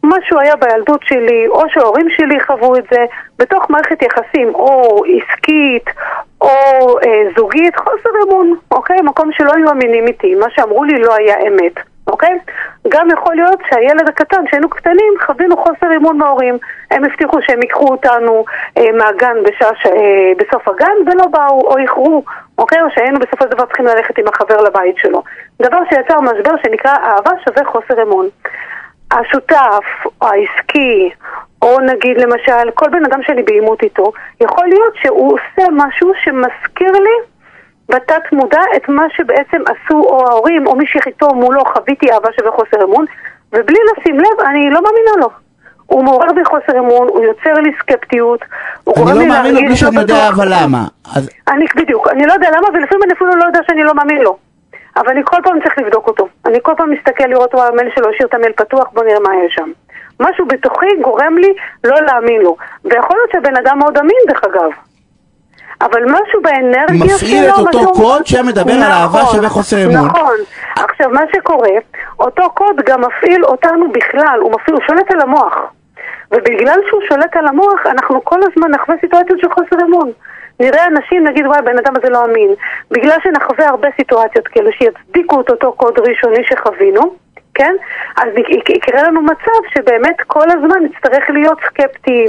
משהו היה בילדות שלי, או שההורים שלי חוו את זה, בתוך מערכת יחסים, או עסקית, או זוגית, חוסר אמון, אוקיי? מקום שלא היו אמינים איתי, מה שאמרו לי לא היה אמת, אוקיי? גם יכול להיות שהילד הקטן, שהיינו קטנים, חווינו חוסר אמון מההורים. הם הבטיחו שהם ייקחו אותנו מהגן בסוף הגן, ולא באו, או איחרו, אוקיי? או שהיינו בסופו של דבר צריכים ללכת עם החבר לבית שלו. דבר שיצר משבר שנקרא אהבה שווה חוסר אמון. השותף, או העסקי, או נגיד למשל, כל בן אדם שאני באימות איתו, יכול להיות שהוא עושה משהו שמזכיר לי בתת מודע את מה שבעצם עשו או ההורים, או מי שאיתו מולו חוויתי אהבה שווה חוסר אמון, ובלי לשים לב, אני לא מאמינה לו. הוא מעורר בי חוסר אמון, הוא יוצר לי סקפטיות. אני לא מאמין לו בלי שאני יודע אבל למה. בדיוק, אני לא יודע למה, ולפעמים אני אפילו לא יודע שאני לא מאמין לו. אבל אני כל פעם צריך לבדוק אותו. אני כל פעם מסתכל לראות הוא המייל שלו, השאיר את המייל פתוח, בוא נראה מה יש שם. משהו בתוכי גורם לי לא להאמין לו. ויכול להיות שבן אדם מאוד אמין דרך אגב. אבל משהו באנרגיה שלו... מפעיל את אותו קוד שמדבר על אהבה שווה חוסר אמון. נכון. עכשיו מה שקורה, אותו קוד גם מפעיל אותנו בכלל, הוא שולט על המוח. ובגלל שהוא שולט על המוח, אנחנו כל הזמן נחווה סיטואציות של חוסר אמון. נראה אנשים, נגיד, וואי, בן אדם הזה לא אמין. בגלל שנחווה הרבה סיטואציות כאלה שיצדיקו את אותו קוד ראשוני שחווינו, כן? אז יקרה לנו מצב שבאמת כל הזמן נצטרך להיות סקפטיים.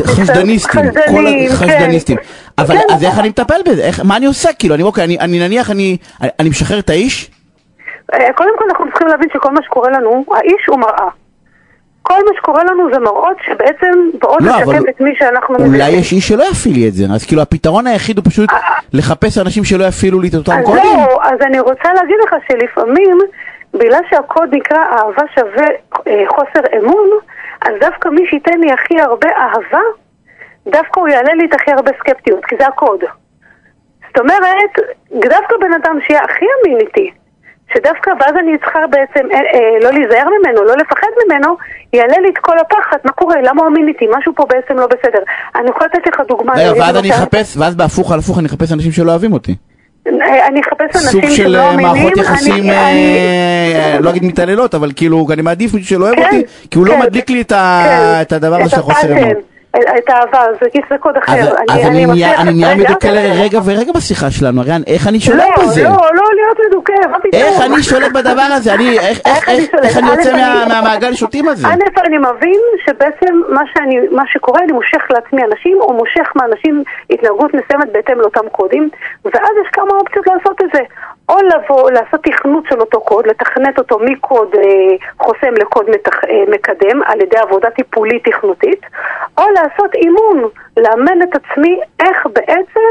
חשדניסטים. אבל אז איך אני מטפל בזה? מה אני עושה? כאילו, אני נניח, אני משחרר את האיש? קודם כל אנחנו צריכים להבין שכל מה שקורה לנו, האיש הוא מראה. כל מה שקורה לנו זה מראות שבעצם באות לשקם את מי שאנחנו מבינים. אולי יש איש שלא יפעיל לי את זה, אז כאילו הפתרון היחיד הוא פשוט לחפש אנשים שלא יפעילו לי את אותם קודים? זהו, אז אני רוצה להגיד לך שלפעמים, בגלל שהקוד נקרא אהבה שווה חוסר אמון, אז דווקא מי שייתן לי הכי הרבה אהבה, דווקא הוא יעלה לי את הכי הרבה סקפטיות, כי זה הקוד. זאת אומרת, דווקא בן אדם שיהיה הכי אמין איתי, שדווקא ואז אני צריכה בעצם לא להיזהר ממנו, לא לפחד ממנו, יעלה לי את כל הפחד, מה קורה? למה הוא אמין איתי? משהו פה בעצם לא בסדר. אני יכולה לתת לך דוגמה. ואז אני אחפש, ואז בהפוך על הפוך אני אחפש אנשים שלא אוהבים אותי. אני אחפש אנשים סוג של מערכות יחסים, לא אגיד מתעללות, אבל כאילו אני מעדיף מישהו שלא אוהב אותי, כי הוא לא מדליק לי את הדבר הזה של חוסר אמון. את האהבה, זה קוד אחר. אז אני נהיה מדוכא רגע ורגע בשיחה שלנו, הרי איך אני שולט בזה? לא להיות מדוכא, מה פתאום? איך אני שולט בדבר הזה? איך אני יוצא מהמעגל שוטים הזה? אני מבין שבעצם מה שקורה, אני מושך לעצמי אנשים, או מושך מאנשים התנהגות מסוימת בהתאם לאותם קודים, ואז יש כמה אופציות לעשות את זה. או לבוא, לעשות תכנות של אותו קוד, לתכנת אותו מקוד חוסם לקוד מקדם, על ידי עבודה טיפולית תכנותית, או לעשות אימון, לאמן את עצמי איך בעצם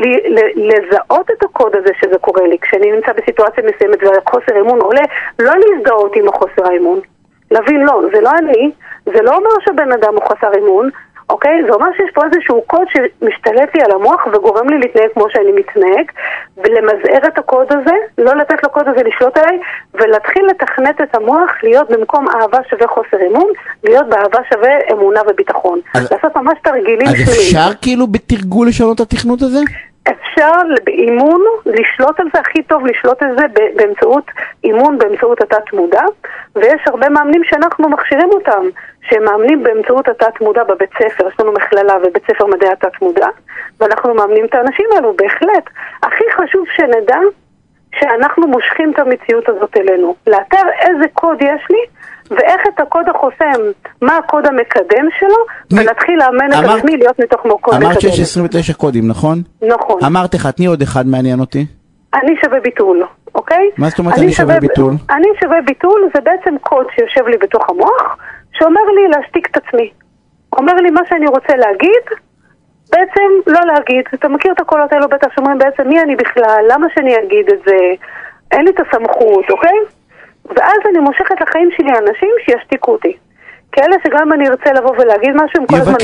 לזהות את הקוד הזה שזה קורה לי. כשאני נמצא בסיטואציה מסוימת והחוסר אימון עולה, לא להזדהות עם החוסר האימון. להבין, לא, זה לא אני, זה לא אומר שבן אדם הוא חסר אימון, אוקיי? זה אומר שיש פה איזשהו קוד שמשתלט לי על המוח וגורם לי להתנהג כמו שאני מתנהג, ולמזער את הקוד הזה, לא לתת לקוד הזה לשלוט עליי, ולהתחיל לתכנת את המוח להיות במקום אהבה שווה חוסר אמון, להיות באהבה שווה אמונה וביטחון. לעשות ממש תרגילים שלי. אז אפשר כאילו בתרגול לשנות את התכנות הזה? אפשר באימון לשלוט על זה, הכי טוב לשלוט על זה באמצעות אימון, באמצעות התת מודע, ויש הרבה מאמנים שאנחנו מכשירים אותם, שהם מאמנים באמצעות התת מודע בבית ספר, יש לנו מכללה ובית ספר מדעי התת מודע, ואנחנו מאמנים את האנשים האלו, בהחלט. הכי חשוב שנדע שאנחנו מושכים את המציאות הזאת אלינו, לאתר איזה קוד יש לי, ואיך את הקוד החוסם, מה הקוד המקדם שלו, ולהתחיל לאמן את עצמי להיות מתוך קוד מקדם. אמרת שיש 29 קודים, נכון? נכון. אמרת לך, תני עוד אחד מעניין אותי. אני שווה ביטול, אוקיי? מה זאת אומרת אני שווה ביטול? אני שווה ביטול זה בעצם קוד שיושב לי בתוך המוח, שאומר לי להשתיק את עצמי. אומר לי מה שאני רוצה להגיד, בעצם לא להגיד. אתה מכיר את הקולות האלו בטח שאומרים בעצם מי אני בכלל, למה שאני אגיד את זה, אין לי את הסמכות, אוקיי? ואז אני מושכת לחיים שלי אנשים שישתיקו אותי. כאלה שגם אני ארצה לבוא ולהגיד משהו, הם כל הזמן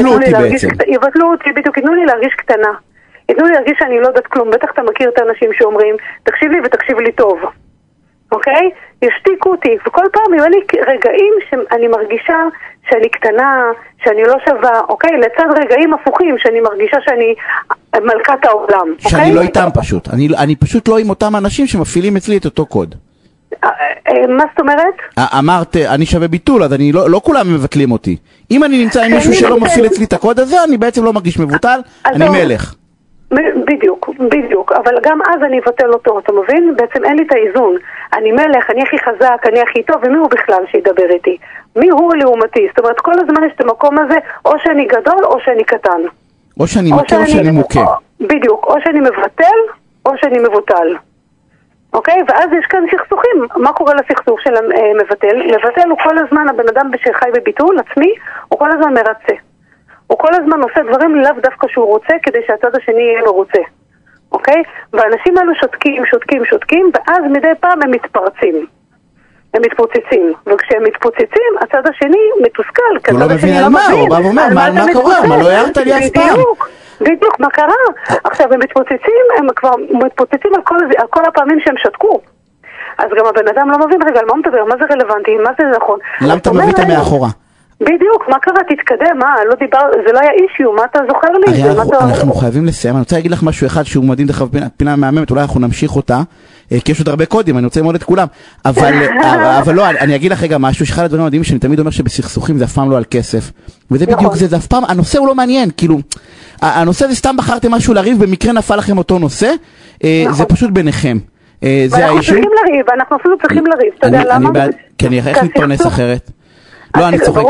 יבטלו אותי, בדיוק, ייתנו לי להרגיש קטנה. ייתנו לי להרגיש שאני לא יודעת כלום. בטח אתה מכיר את האנשים שאומרים, תקשיב לי ותקשיב לי טוב. אוקיי? ישתיקו אותי. וכל פעם יהיו לי רגעים שאני מרגישה שאני קטנה, שאני לא שווה, אוקיי? לצד רגעים הפוכים שאני מרגישה שאני מלכת העולם. שאני לא איתם פשוט. אני פשוט לא עם אותם אנשים שמפעילים אצלי את אותו קוד. מה זאת אומרת? אמרת, אני שווה ביטול, אז לא כולם מבטלים אותי. אם אני נמצא עם מישהו שלא מפעיל אצלי את הקוד הזה, אני בעצם לא מרגיש מבוטל, אני מלך. בדיוק, אבל גם אז אני אבטל אותו, אתה מבין? בעצם אין לי את האיזון. אני מלך, אני הכי חזק, אני הכי טוב, ומי הוא בכלל שידבר איתי? מי הוא לעומתי? זאת אומרת, כל הזמן יש את המקום הזה, או שאני גדול או שאני קטן. או שאני מכה או שאני מוכה. בדיוק, או שאני מבטל או שאני מבוטל. אוקיי? ואז יש כאן סכסוכים. מה קורה לסכסוך של המבטל? לבטל הוא כל הזמן, הבן אדם שחי בביטול עצמי, הוא כל הזמן מרצה. הוא כל הזמן עושה דברים לאו דווקא שהוא רוצה, כדי שהצד השני יהיה מרוצה. אוקיי? והאנשים האלו שותקים, ואז מדי פעם הם מתפרצים. הם מתפוצצים. וכשהם מתפוצצים, הצד השני מתוסכל. הוא לא מבין על מה, הוא בא ואומר, מה קורה? מה לא הערת לי אף פעם? בדיוק, מה קרה? עכשיו הם מתפוצצים, הם כבר מתפוצצים על כל הפעמים שהם שתקו. אז גם הבן אדם לא מבין, רגע, על מה מדבר? מה זה רלוונטי? מה זה נכון? למה אתה מביא את מאחורה? בדיוק, מה קרה? תתקדם, מה? לא דיבר, זה לא היה אישיו, מה אתה זוכר לי? אנחנו חייבים לסיים, אני רוצה להגיד לך משהו אחד שהוא מדהים דרך פינה מהממת, אולי אנחנו נמשיך אותה, כי יש עוד הרבה קודים, אני רוצה ללמוד את כולם, אבל לא, אני אגיד לך רגע משהו, שאחד הדברים מדהים שאני תמיד אומר שבסכסוכים זה אף פעם לא על כסף, וזה בדיוק זה אף פעם, הנושא הוא לא מעניין, כאילו, הנושא זה סתם בחרתם משהו לריב, במקרה נפל לכם אותו נושא, זה פשוט ביניכם. ואנחנו צריכים לריב, אנחנו אפילו צריכים לריב, אתה יודע למה? כן, איך נתפרנס אחרת? לא, אני צוחק.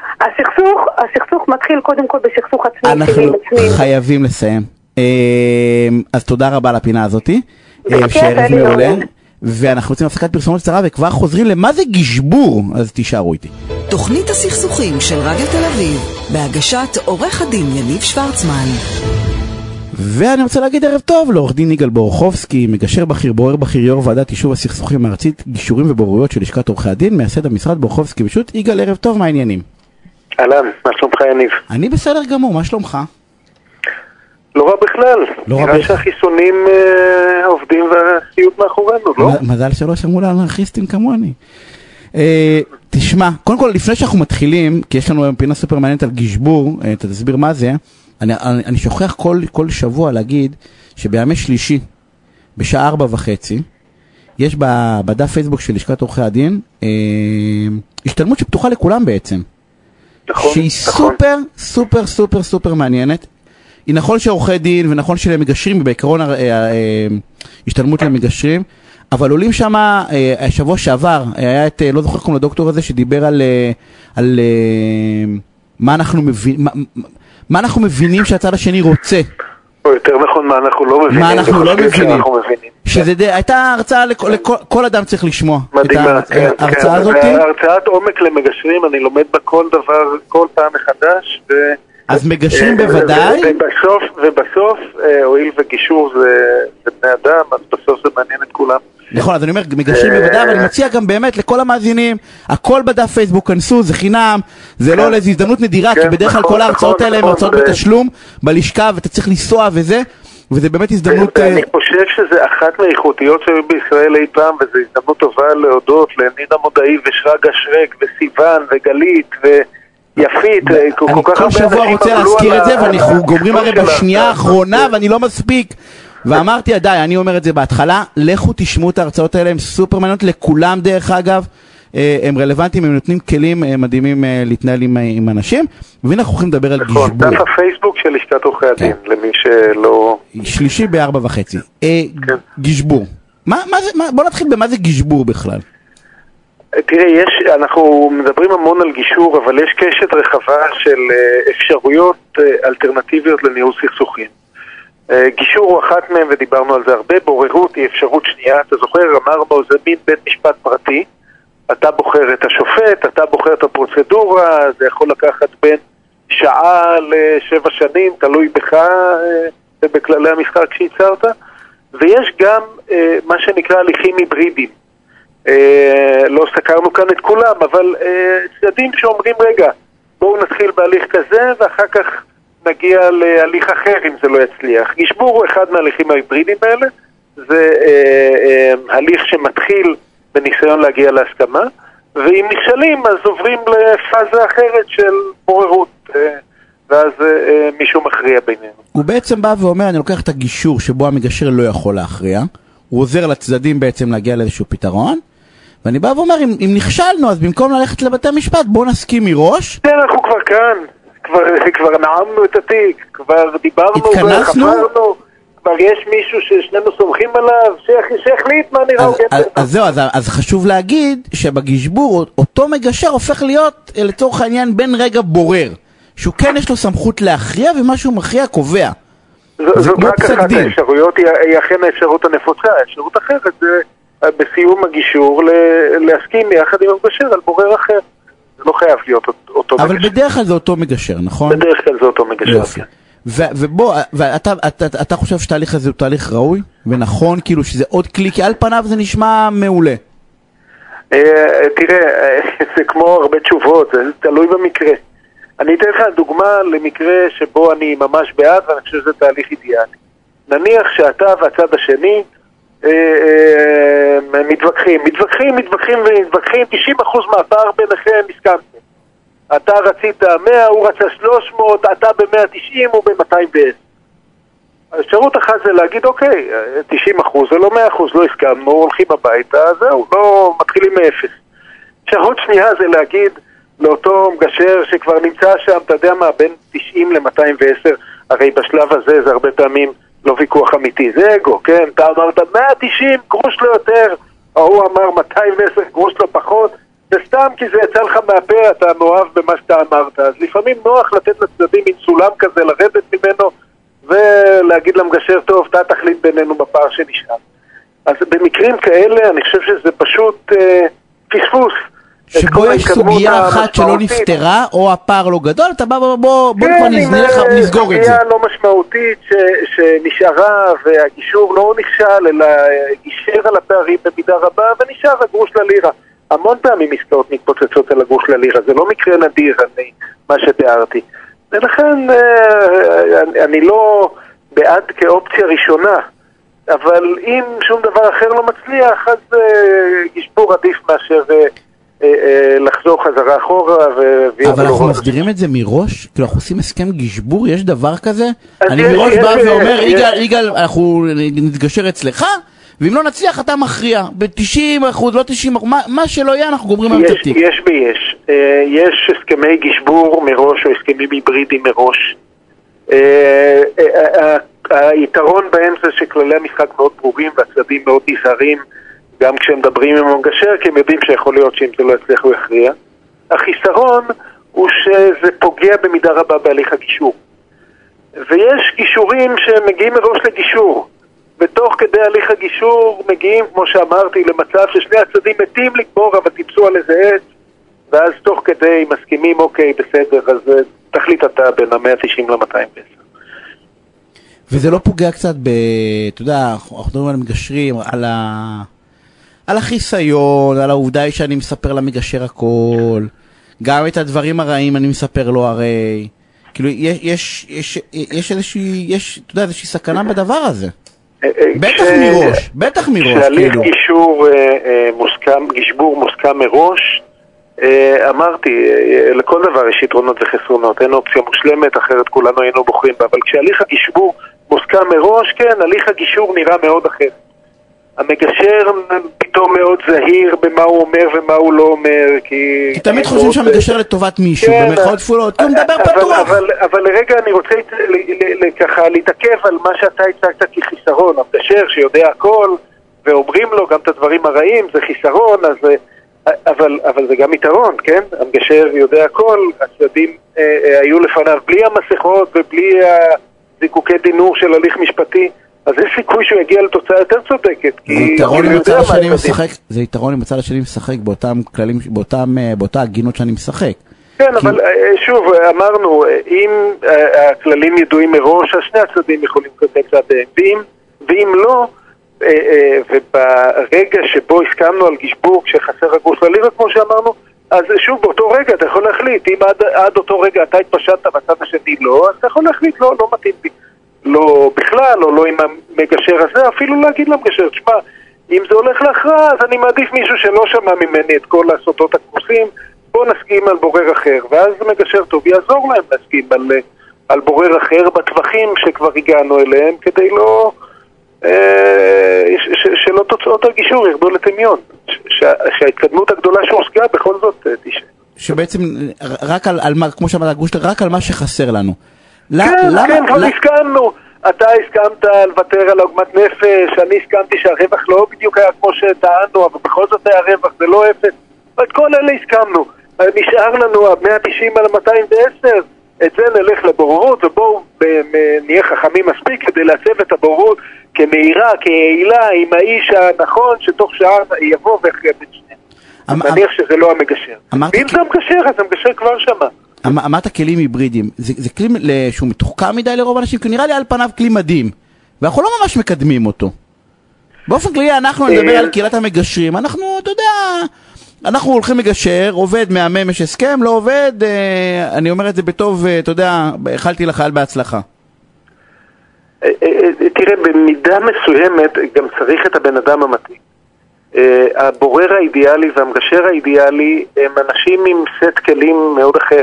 הסכסוך מתחיל קודם כל בסכסוך עצמי. אנחנו חייבים לסיים. אז תודה רבה לפינה הזאת. שערב מעולה. ואנחנו רוצים הפסקת פרסומות קצרה וכבר חוזרים למה זה גשבור, אז תישארו איתי. תוכנית הסכסוכים של רדיו תל אביב, בהגשת עורך הדין יניב שוורצמן. ואני רוצה להגיד ערב טוב לעורך דין יגאל בורחובסקי, מגשר בכיר, בורר בכיר, יו"ר ועדת יישוב הסכסוכים הארצית, גישורים ובוררויות של לשכת עורכי הדין, מייסד המשרד בורחובסקי פשוט. יגאל, ערב טוב, מה העניינים? אהלן, מה שלומך יניב? אני בסדר גמור, מה שלומך? לא רע בכלל, נראה שהחיסונים עובדים והחיות מאחורינו, לא? מזל שלא שמעו לאנרכיסטים כמוני. תשמע, קודם כל לפני שאנחנו מתחילים, כי יש לנו היום פינה סופר מעניינת על גשבור, אתה תסביר מה זה. אני שוכח כל שבוע להגיד שבימי שלישי, בשעה 4:30, יש בדף פייסבוק של לשכת עורכי הדין, השתלמות שפתוחה לכולם בעצם. נכון, שהיא סופר מעניינת. היא נכון שעורכי דין ונכון שלמגשרים, בעיקרון השתלמות למגשרים, אבל עולים שם, השבוע שעבר, היה את, לא זוכר כמו לדוקטור הזה, שדיבר על מה אנחנו מבינים שהצד השני רוצה. או יותר נכון, מה אנחנו לא מבינים. מה אנחנו לא מבינים. שזה הייתה הרצאה לכל אדם צריך לשמוע. מדהימה, כן. ההרצאה הזאת. הרצאת עומק למגשרים, אני לומד בה כל דבר, כל פעם מחדש. אז מגשרים בוודאי. ובסוף, הואיל וגישור זה בני אדם, אז בסוף זה מעניין את כולם. נכון, אז אני אומר, מגשרים בוודאי, אבל אני מציע גם באמת לכל המאזינים, הכל בדף פייסבוק, כנסו, זה חינם, זה לא איזו הזדמנות נדירה, כי בדרך כלל כל ההרצאות האלה הן הרצאות בתשלום, בלשכה, ואתה צריך לנסוע וזה באמת הזדמנות... אני חושב שזה אחת מהאיכותיות שהיו בישראל אי פעם, וזו הזדמנות טובה להודות לנינה מודעי ושרגא שרק וסיוון וגלית ויפית. אני כל שבוע רוצה להזכיר את זה, ואנחנו גומרים הרי בשנייה האחרונה, ואני לא מספיק. ואמרתי, די, אני אומר את זה בהתחלה, לכו תשמעו את ההרצאות האלה, הם סופר מעניינות לכולם דרך אגב, הם רלוונטיים, הם נותנים כלים מדהימים להתנהל עם אנשים, והנה אנחנו יכולים לדבר על גשבור. דף הפייסבוק של לשכת עורכי הדין, למי שלא... שלישי ב4:30. גשבור. בוא נתחיל במה זה גשבור בכלל. תראה, אנחנו מדברים המון על גישור, אבל יש קשת רחבה של אפשרויות אלטרנטיביות לניהול סכסוכים. גישור הוא אחת מהם ודיברנו על זה הרבה, בוררות היא אפשרות שנייה, אתה זוכר, אמרנו זה מין בית משפט פרטי, אתה בוחר את השופט, אתה בוחר את הפרוצדורה, זה יכול לקחת בין שעה ל7 שנים, תלוי בך ובכללי המשחק שהצרת, ויש גם מה שנקרא הליכים היברידיים, לא סקרנו כאן את כולם, אבל צדדים שאומרים רגע, בואו נתחיל בהליך כזה ואחר כך נגיע להליך אחר אם זה לא יצליח. גשבור הוא אחד מההליכים ההיברידיים האלה, זה הליך שמתחיל בניסיון להגיע להסכמה, ואם נכשלים אז עוברים לפאזה אחרת של בוררות, ואז מישהו מכריע בינינו. הוא בעצם בא ואומר, אני לוקח את הגישור שבו המגשר לא יכול להכריע, הוא עוזר לצדדים בעצם להגיע לאיזשהו פתרון, ואני בא ואומר, אם נכשלנו, אז במקום ללכת לבתי המשפט, בואו נסכים מראש. אנחנו כבר כאן, כבר נעמנו את התיק, כבר דיברנו, התכנסנו? וחפרנו, כבר יש מישהו ששנינו סומכים עליו, שיחליט מה נראה. אז זהו, אז חשוב להגיד שבגשבור, אותו מגשר הופך להיות לצורך העניין בין רגע בורר, שהוא כן יש לו סמכות להכריע, ומה שהוא מכריע קובע. זאת רק אחת האפשרויות, היא אכן האפשרות הנפוצה. האפשרות אחרת זה בסיום הגישור להסכים יחד עם המגשר על בורר אחר. זה לא חייב להיות אותו מגשר. אבל בדרך כלל זה אותו מגשר, נכון? בדרך כלל זה אותו מגשר, כן. ובוא, אתה חושב שתהליך הזה הוא תהליך ראוי ונכון, כאילו שזה עוד כלי, כי על פניו זה נשמע מעולה. תראה, זה כמו הרבה תשובות, זה תלוי במקרה. אני אתן לך דוגמה למקרה שבו אני ממש בעד, ואני חושב שזה תהליך אידיאלי. נניח שאתה והצד השני מתווכחים, 90% מהפער ביניכם הסכמתם. אתה רצית 100, הוא רצה 300, אתה ב-190, הוא ב-210. האפשרות אחת זה להגיד, אוקיי, 90% זה לא 100%, לא הסכמנו, הולכים הביתה, זהו, לא מתחילים מאפס. אפשרות שנייה זה להגיד לאותו מגשר שכבר נמצא שם, אתה יודע מה, בין 90 ל-210, הרי בשלב הזה זה הרבה פעמים לא ויכוח אמיתי, זה אגו, כן? אתה אמרת 190, גרוש לו יותר, הוא אמר 210, גרוש לו פחות, זה סתם כי זה יצא לך מהפה, אתה מאוהב במה שאתה אמרת. אז לפעמים נוח לתת לצדדים עם סולם כזה, לרדת ממנו ולהגיד למגשר, טוב, אתה תחליט בינינו בפער שנשאר. אז במקרים כאלה אני חושב שזה פשוט פספוס. שבו יש סוגיה אחת שלא נפתרה, או הפער לא גדול, אתה בא, בוא כבר נסגור את זה. סוגיה לא משמעותית שנשארה, והגישור לא נכשל, אלא גישר על הפערים במידה רבה, ונשאר הגרוש ללירה. המון פעמים עסקאות מתפוצצות על הגרוש ללירה, זה לא מקרה נדיר, מה שתיארתי. ולכן אני לא בעד כאופציה ראשונה, אבל אם שום דבר אחר לא מצליח, אז גשבור עדיף מאשר לחזור חזרה אחורה. אבל אנחנו מסבירים את זה מראש? כאילו אנחנו עושים הסכם גשבור, יש דבר כזה? אני מראש בא ואומר, יגאל, אנחנו נתגשר אצלך, ואם לא נצליח אתה מכריע, ב-90%, לא 90%, מה שלא יהיה אנחנו גומרים על תתיק. יש הסכמי גשבור מראש או הסכמים היברידים מראש. היתרון בהם זה שכללי המשחק מאוד ברורים והצדדים מאוד נזהרים גם כשהם מדברים עם המגשר, כי הם יודעים שיכול להיות שאם זה לא יצליח הוא יכריע. החיסרון הוא שזה פוגע במידה רבה בהליך הגישור. ויש גישורים שמגיעים מראש לגישור. ותוך כדי הליך הגישור מגיעים, כמו שאמרתי, למצב ששני הצדדים מתים לגבור, אבל טיפסו על איזה עץ, ואז תוך כדי מסכימים, אוקיי, בסדר, אז תחליט אתה בין ה-190 ל-210. וזה לא פוגע קצת אתה יודע, אנחנו מדברים על מגשרים, על החיסיון, על העובדה שאני מספר למגשר הכל, גם את הדברים הרעים אני מספר לו הרי, כאילו יש איזושהי סכנה בדבר הזה. בטח מראש. כשהליך גשבור מוסכם מראש, אמרתי, לכל דבר יש יתרונות וחסרונות, אין אופציה מושלמת, אחרת כולנו היינו בוחרים בה, אבל כשהליך הגישור מוסכם מראש, כן, הליך הגישור נראה מאוד אחר. המגשר פתאום מאוד זהיר במה הוא אומר ומה הוא לא אומר, כי תמיד חושבים שהמגשר לטובת מישהו, במרכאות כפולות, הוא מדבר פתוח. אבל לרגע אני רוצה ככה להתעכב על מה שאתה הצגת כחיסרון. המגשר שיודע הכל ואומרים לו גם את הדברים הרעים, זה חיסרון, אבל זה גם יתרון, כן? המגשר יודע הכל, הצדדים היו לפניו בלי המסכות ובלי הזיקוקי דינור של הליך משפטי, אז יש סיכוי שהוא יגיע לתוצאה יותר צודקת. זה יתרון אם הצד השני משחק באותם כללים, באותה הגינות שאני משחק. כן, אבל שוב, אמרנו, אם הכללים ידועים מראש, אז שני הצדדים יכולים לקבל צעדיהם, ואם לא, וברגע שבו הסכמנו על גשבור כשחסר הגרוש ללירה, כמו שאמרנו, אז שוב, באותו רגע אתה יכול להחליט, אם עד אותו רגע אתה התפשטת בצד השני לא, אז אתה יכול להחליט, לא מתאים לי. לא בכלל, או לא עם המגשר הזה, אפילו להגיד למגשר, תשמע, אם זה הולך להכרעה, אז אני מעדיף מישהו שלא שמע ממני את כל הסודות הכמוסים, בוא נסכים על בורר אחר, ואז המגשר טוב יעזור להם להסכים על בורר אחר בטווחים שכבר הגענו אליהם, כדי לא תוצאות הגישור ירדו לטמיון, שההתקדמות הגדולה שהושגה בכל זאת תשאר. שבעצם רק על מה, כמו שאמרת גושטר, רק על מה שחסר לנו. כן, כבר הסכמנו. אתה הסכמת לוותר על עוגמת נפש, אני הסכמתי שהרווח לא בדיוק היה כמו שטענו, אבל בכל זאת היה רווח, זה לא אפס. את כל אלה הסכמנו. נשאר לנו 190 על 210, את זה נלך לבוררות, ובואו נהיה חכמים מספיק כדי לעצב את הבוררות כמהירה, כיעילה, עם האיש הנכון, שתוך שעה יבוא ויחייב את שניהם. נניח שזה לא המגשר. ואם זה המגשר, אז המגשר כבר שמה. אמרת כלים היברידיים, זה כלים שהוא מתוחכם מדי לרוב אנשים, כי נראה לי על פניו כלי מדהים, ואנחנו לא ממש מקדמים אותו. באופן כללי אנחנו נדבר על קהילת המגשרים, אנחנו, אתה יודע, אנחנו הולכים מגשר, עובד מהמם, יש הסכם, לא עובד, אני אומר את זה בטוב, אתה יודע, החלתי לחייל בהצלחה. תראה, במידה מסוימת גם צריך את הבן אדם המתאים. הבורר האידיאלי והמגשר האידיאלי הם אנשים עם סט כלים מאוד אחר.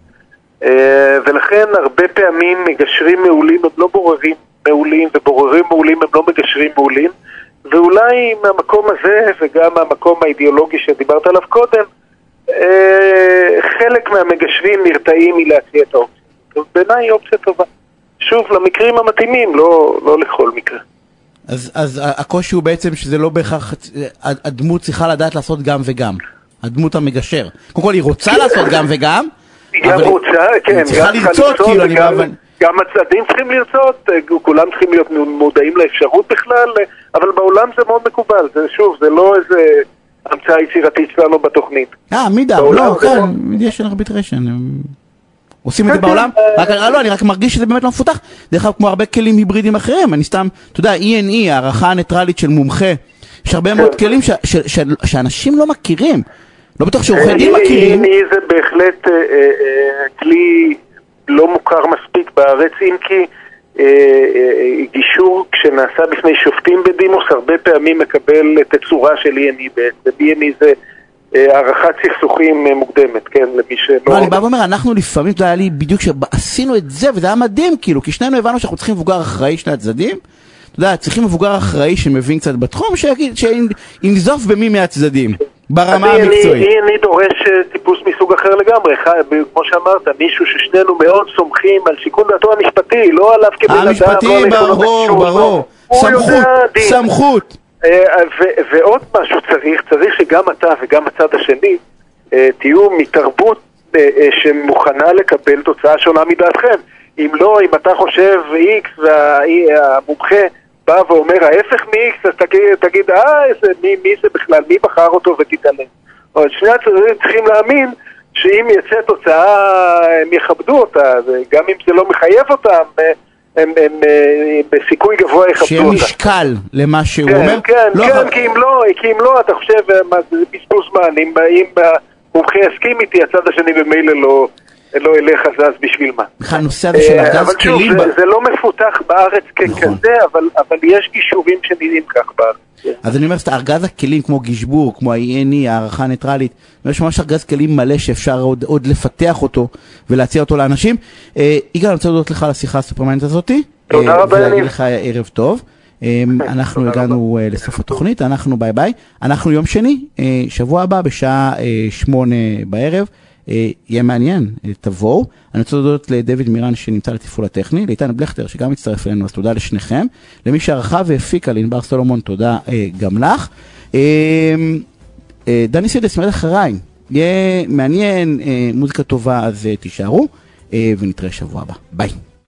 ולכן הרבה פעמים מגשרים מעולים הם לא בוררים מעולים, ובוררים מעולים הם לא מגשרים מעולים. ואולי מהמקום הזה וגם מהמקום האידיאולוגי שדיברת עליו קודם, חלק מהמגשרים נרתעים מלהציע את האופציה. בעיניי היא אופציה טובה. שוב, למקרים המתאימים, לא לכל מקרה. אז הקושי הוא בעצם שזה לא בהכרח, הדמות צריכה לדעת לעשות גם וגם. הדמות המגשר. קודם כל היא רוצה לעשות גם וגם, גם רוצה, כן. צריכה לרצות, כאילו, אני מאבן. גם הצעדים צריכים לרצות, כולם צריכים להיות מודעים לאפשרות בכלל, אבל בעולם זה מאוד מקובל. שוב, זה לא איזה המצאה יצירתית שלנו בתוכנית. מידה, לא, כן, יש ארביטריישן. עושים את זה בעולם? לא, אני רק מרגיש שזה באמת לא מפותח. דרך אגב, כמו הרבה כלים היברידיים אחרים, אני סתם, אתה יודע, E&E, הערכה הניטרלית של מומחה, יש הרבה מאוד כלים שאנשים לא מכירים. לא בטוח שעורכי דין מכירים. E&E זה בהחלט כלי לא מוכר מספיק בארץ, אם כי גישור כשנעשה בפני שופטים בדימוס, הרבה פעמים מקבל תצורה של E&E בעצם. E&E זה הערכת סכסוכים מוקדמת, כן, למי שלא... אני בא ואומר, אנחנו לפעמים, זה היה לי בדיוק שעשינו את זה, וזה היה מדהים, כאילו, כי שנינו הבנו שאנחנו צריכים מבוגר אחראי שני הצדדים, אתה יודע, צריכים מבוגר אחראי שמבין קצת בתחום, שינזוף במי מהצדדים, ברמה המקצועית. אני דורש טיפוס מסוג אחר לגמרי, כמו שאמרת, מישהו ששנינו מאוד סומכים על שיקול דעתו המשפטי, לא עליו כבן אדם, המשפטי, ברור, סמכות. ועוד משהו צריך שגם אתה וגם הצד השני תהיו מתרבות שמוכנה לקבל תוצאה שונה מדעתכם. אם לא, אם אתה חושב X והמומחה בא ואומר ההפך מ-X, אז תגיד, מי זה בכלל, מי בחר אותו ותתעלם. אבל שני הצדדים צריכים להאמין שאם יצא תוצאה הם יכבדו אותה, גם אם זה לא מחייב אותם, הם בסיכוי גבוה יכבדו אותה. שיהיה משקל למה שהוא אומר? כן, כי אם לא, אתה חושב, זה בזבוז זמן, אם המומחה יסכים איתי, הצד השני במילא לא ילך אז בשביל מה. בכלל, הנושא הזה של ארגז כלים... אבל שוב, זה לא מפותח בארץ ככזה, אבל יש גישורים שנראים כך בארץ. אז אני אומר, ארגז הכלים כמו גישבור, כמו ה-E&E, הערכה הניטרלית, יש ממש ארגז כלים מלא שאפשר עוד לפתח אותו ולהציע אותו לאנשים. יגאל, אני רוצה להודות לך על השיחה הסופרמנט הזאת. תודה רבה. ולהגיד לך ערב טוב. אנחנו הגענו לסוף התוכנית, אנחנו ביי ביי. אנחנו יום שני, שבוע הבא בשעה 8 בערב. יהיה מעניין, תבואו. אני רוצה להודות לדויד מירן שנמצא לתפעול הטכני, לאיתן בלכטר שגם מצטרף אלינו, אז תודה לשניכם. למי שערכה והפיקה, לענבר סולומון, תודה גם לך. דני סידס מלך הריים, יהיה מעניין, מוזיקה טובה, אז תישארו, ונתראה שבוע הבא. ביי.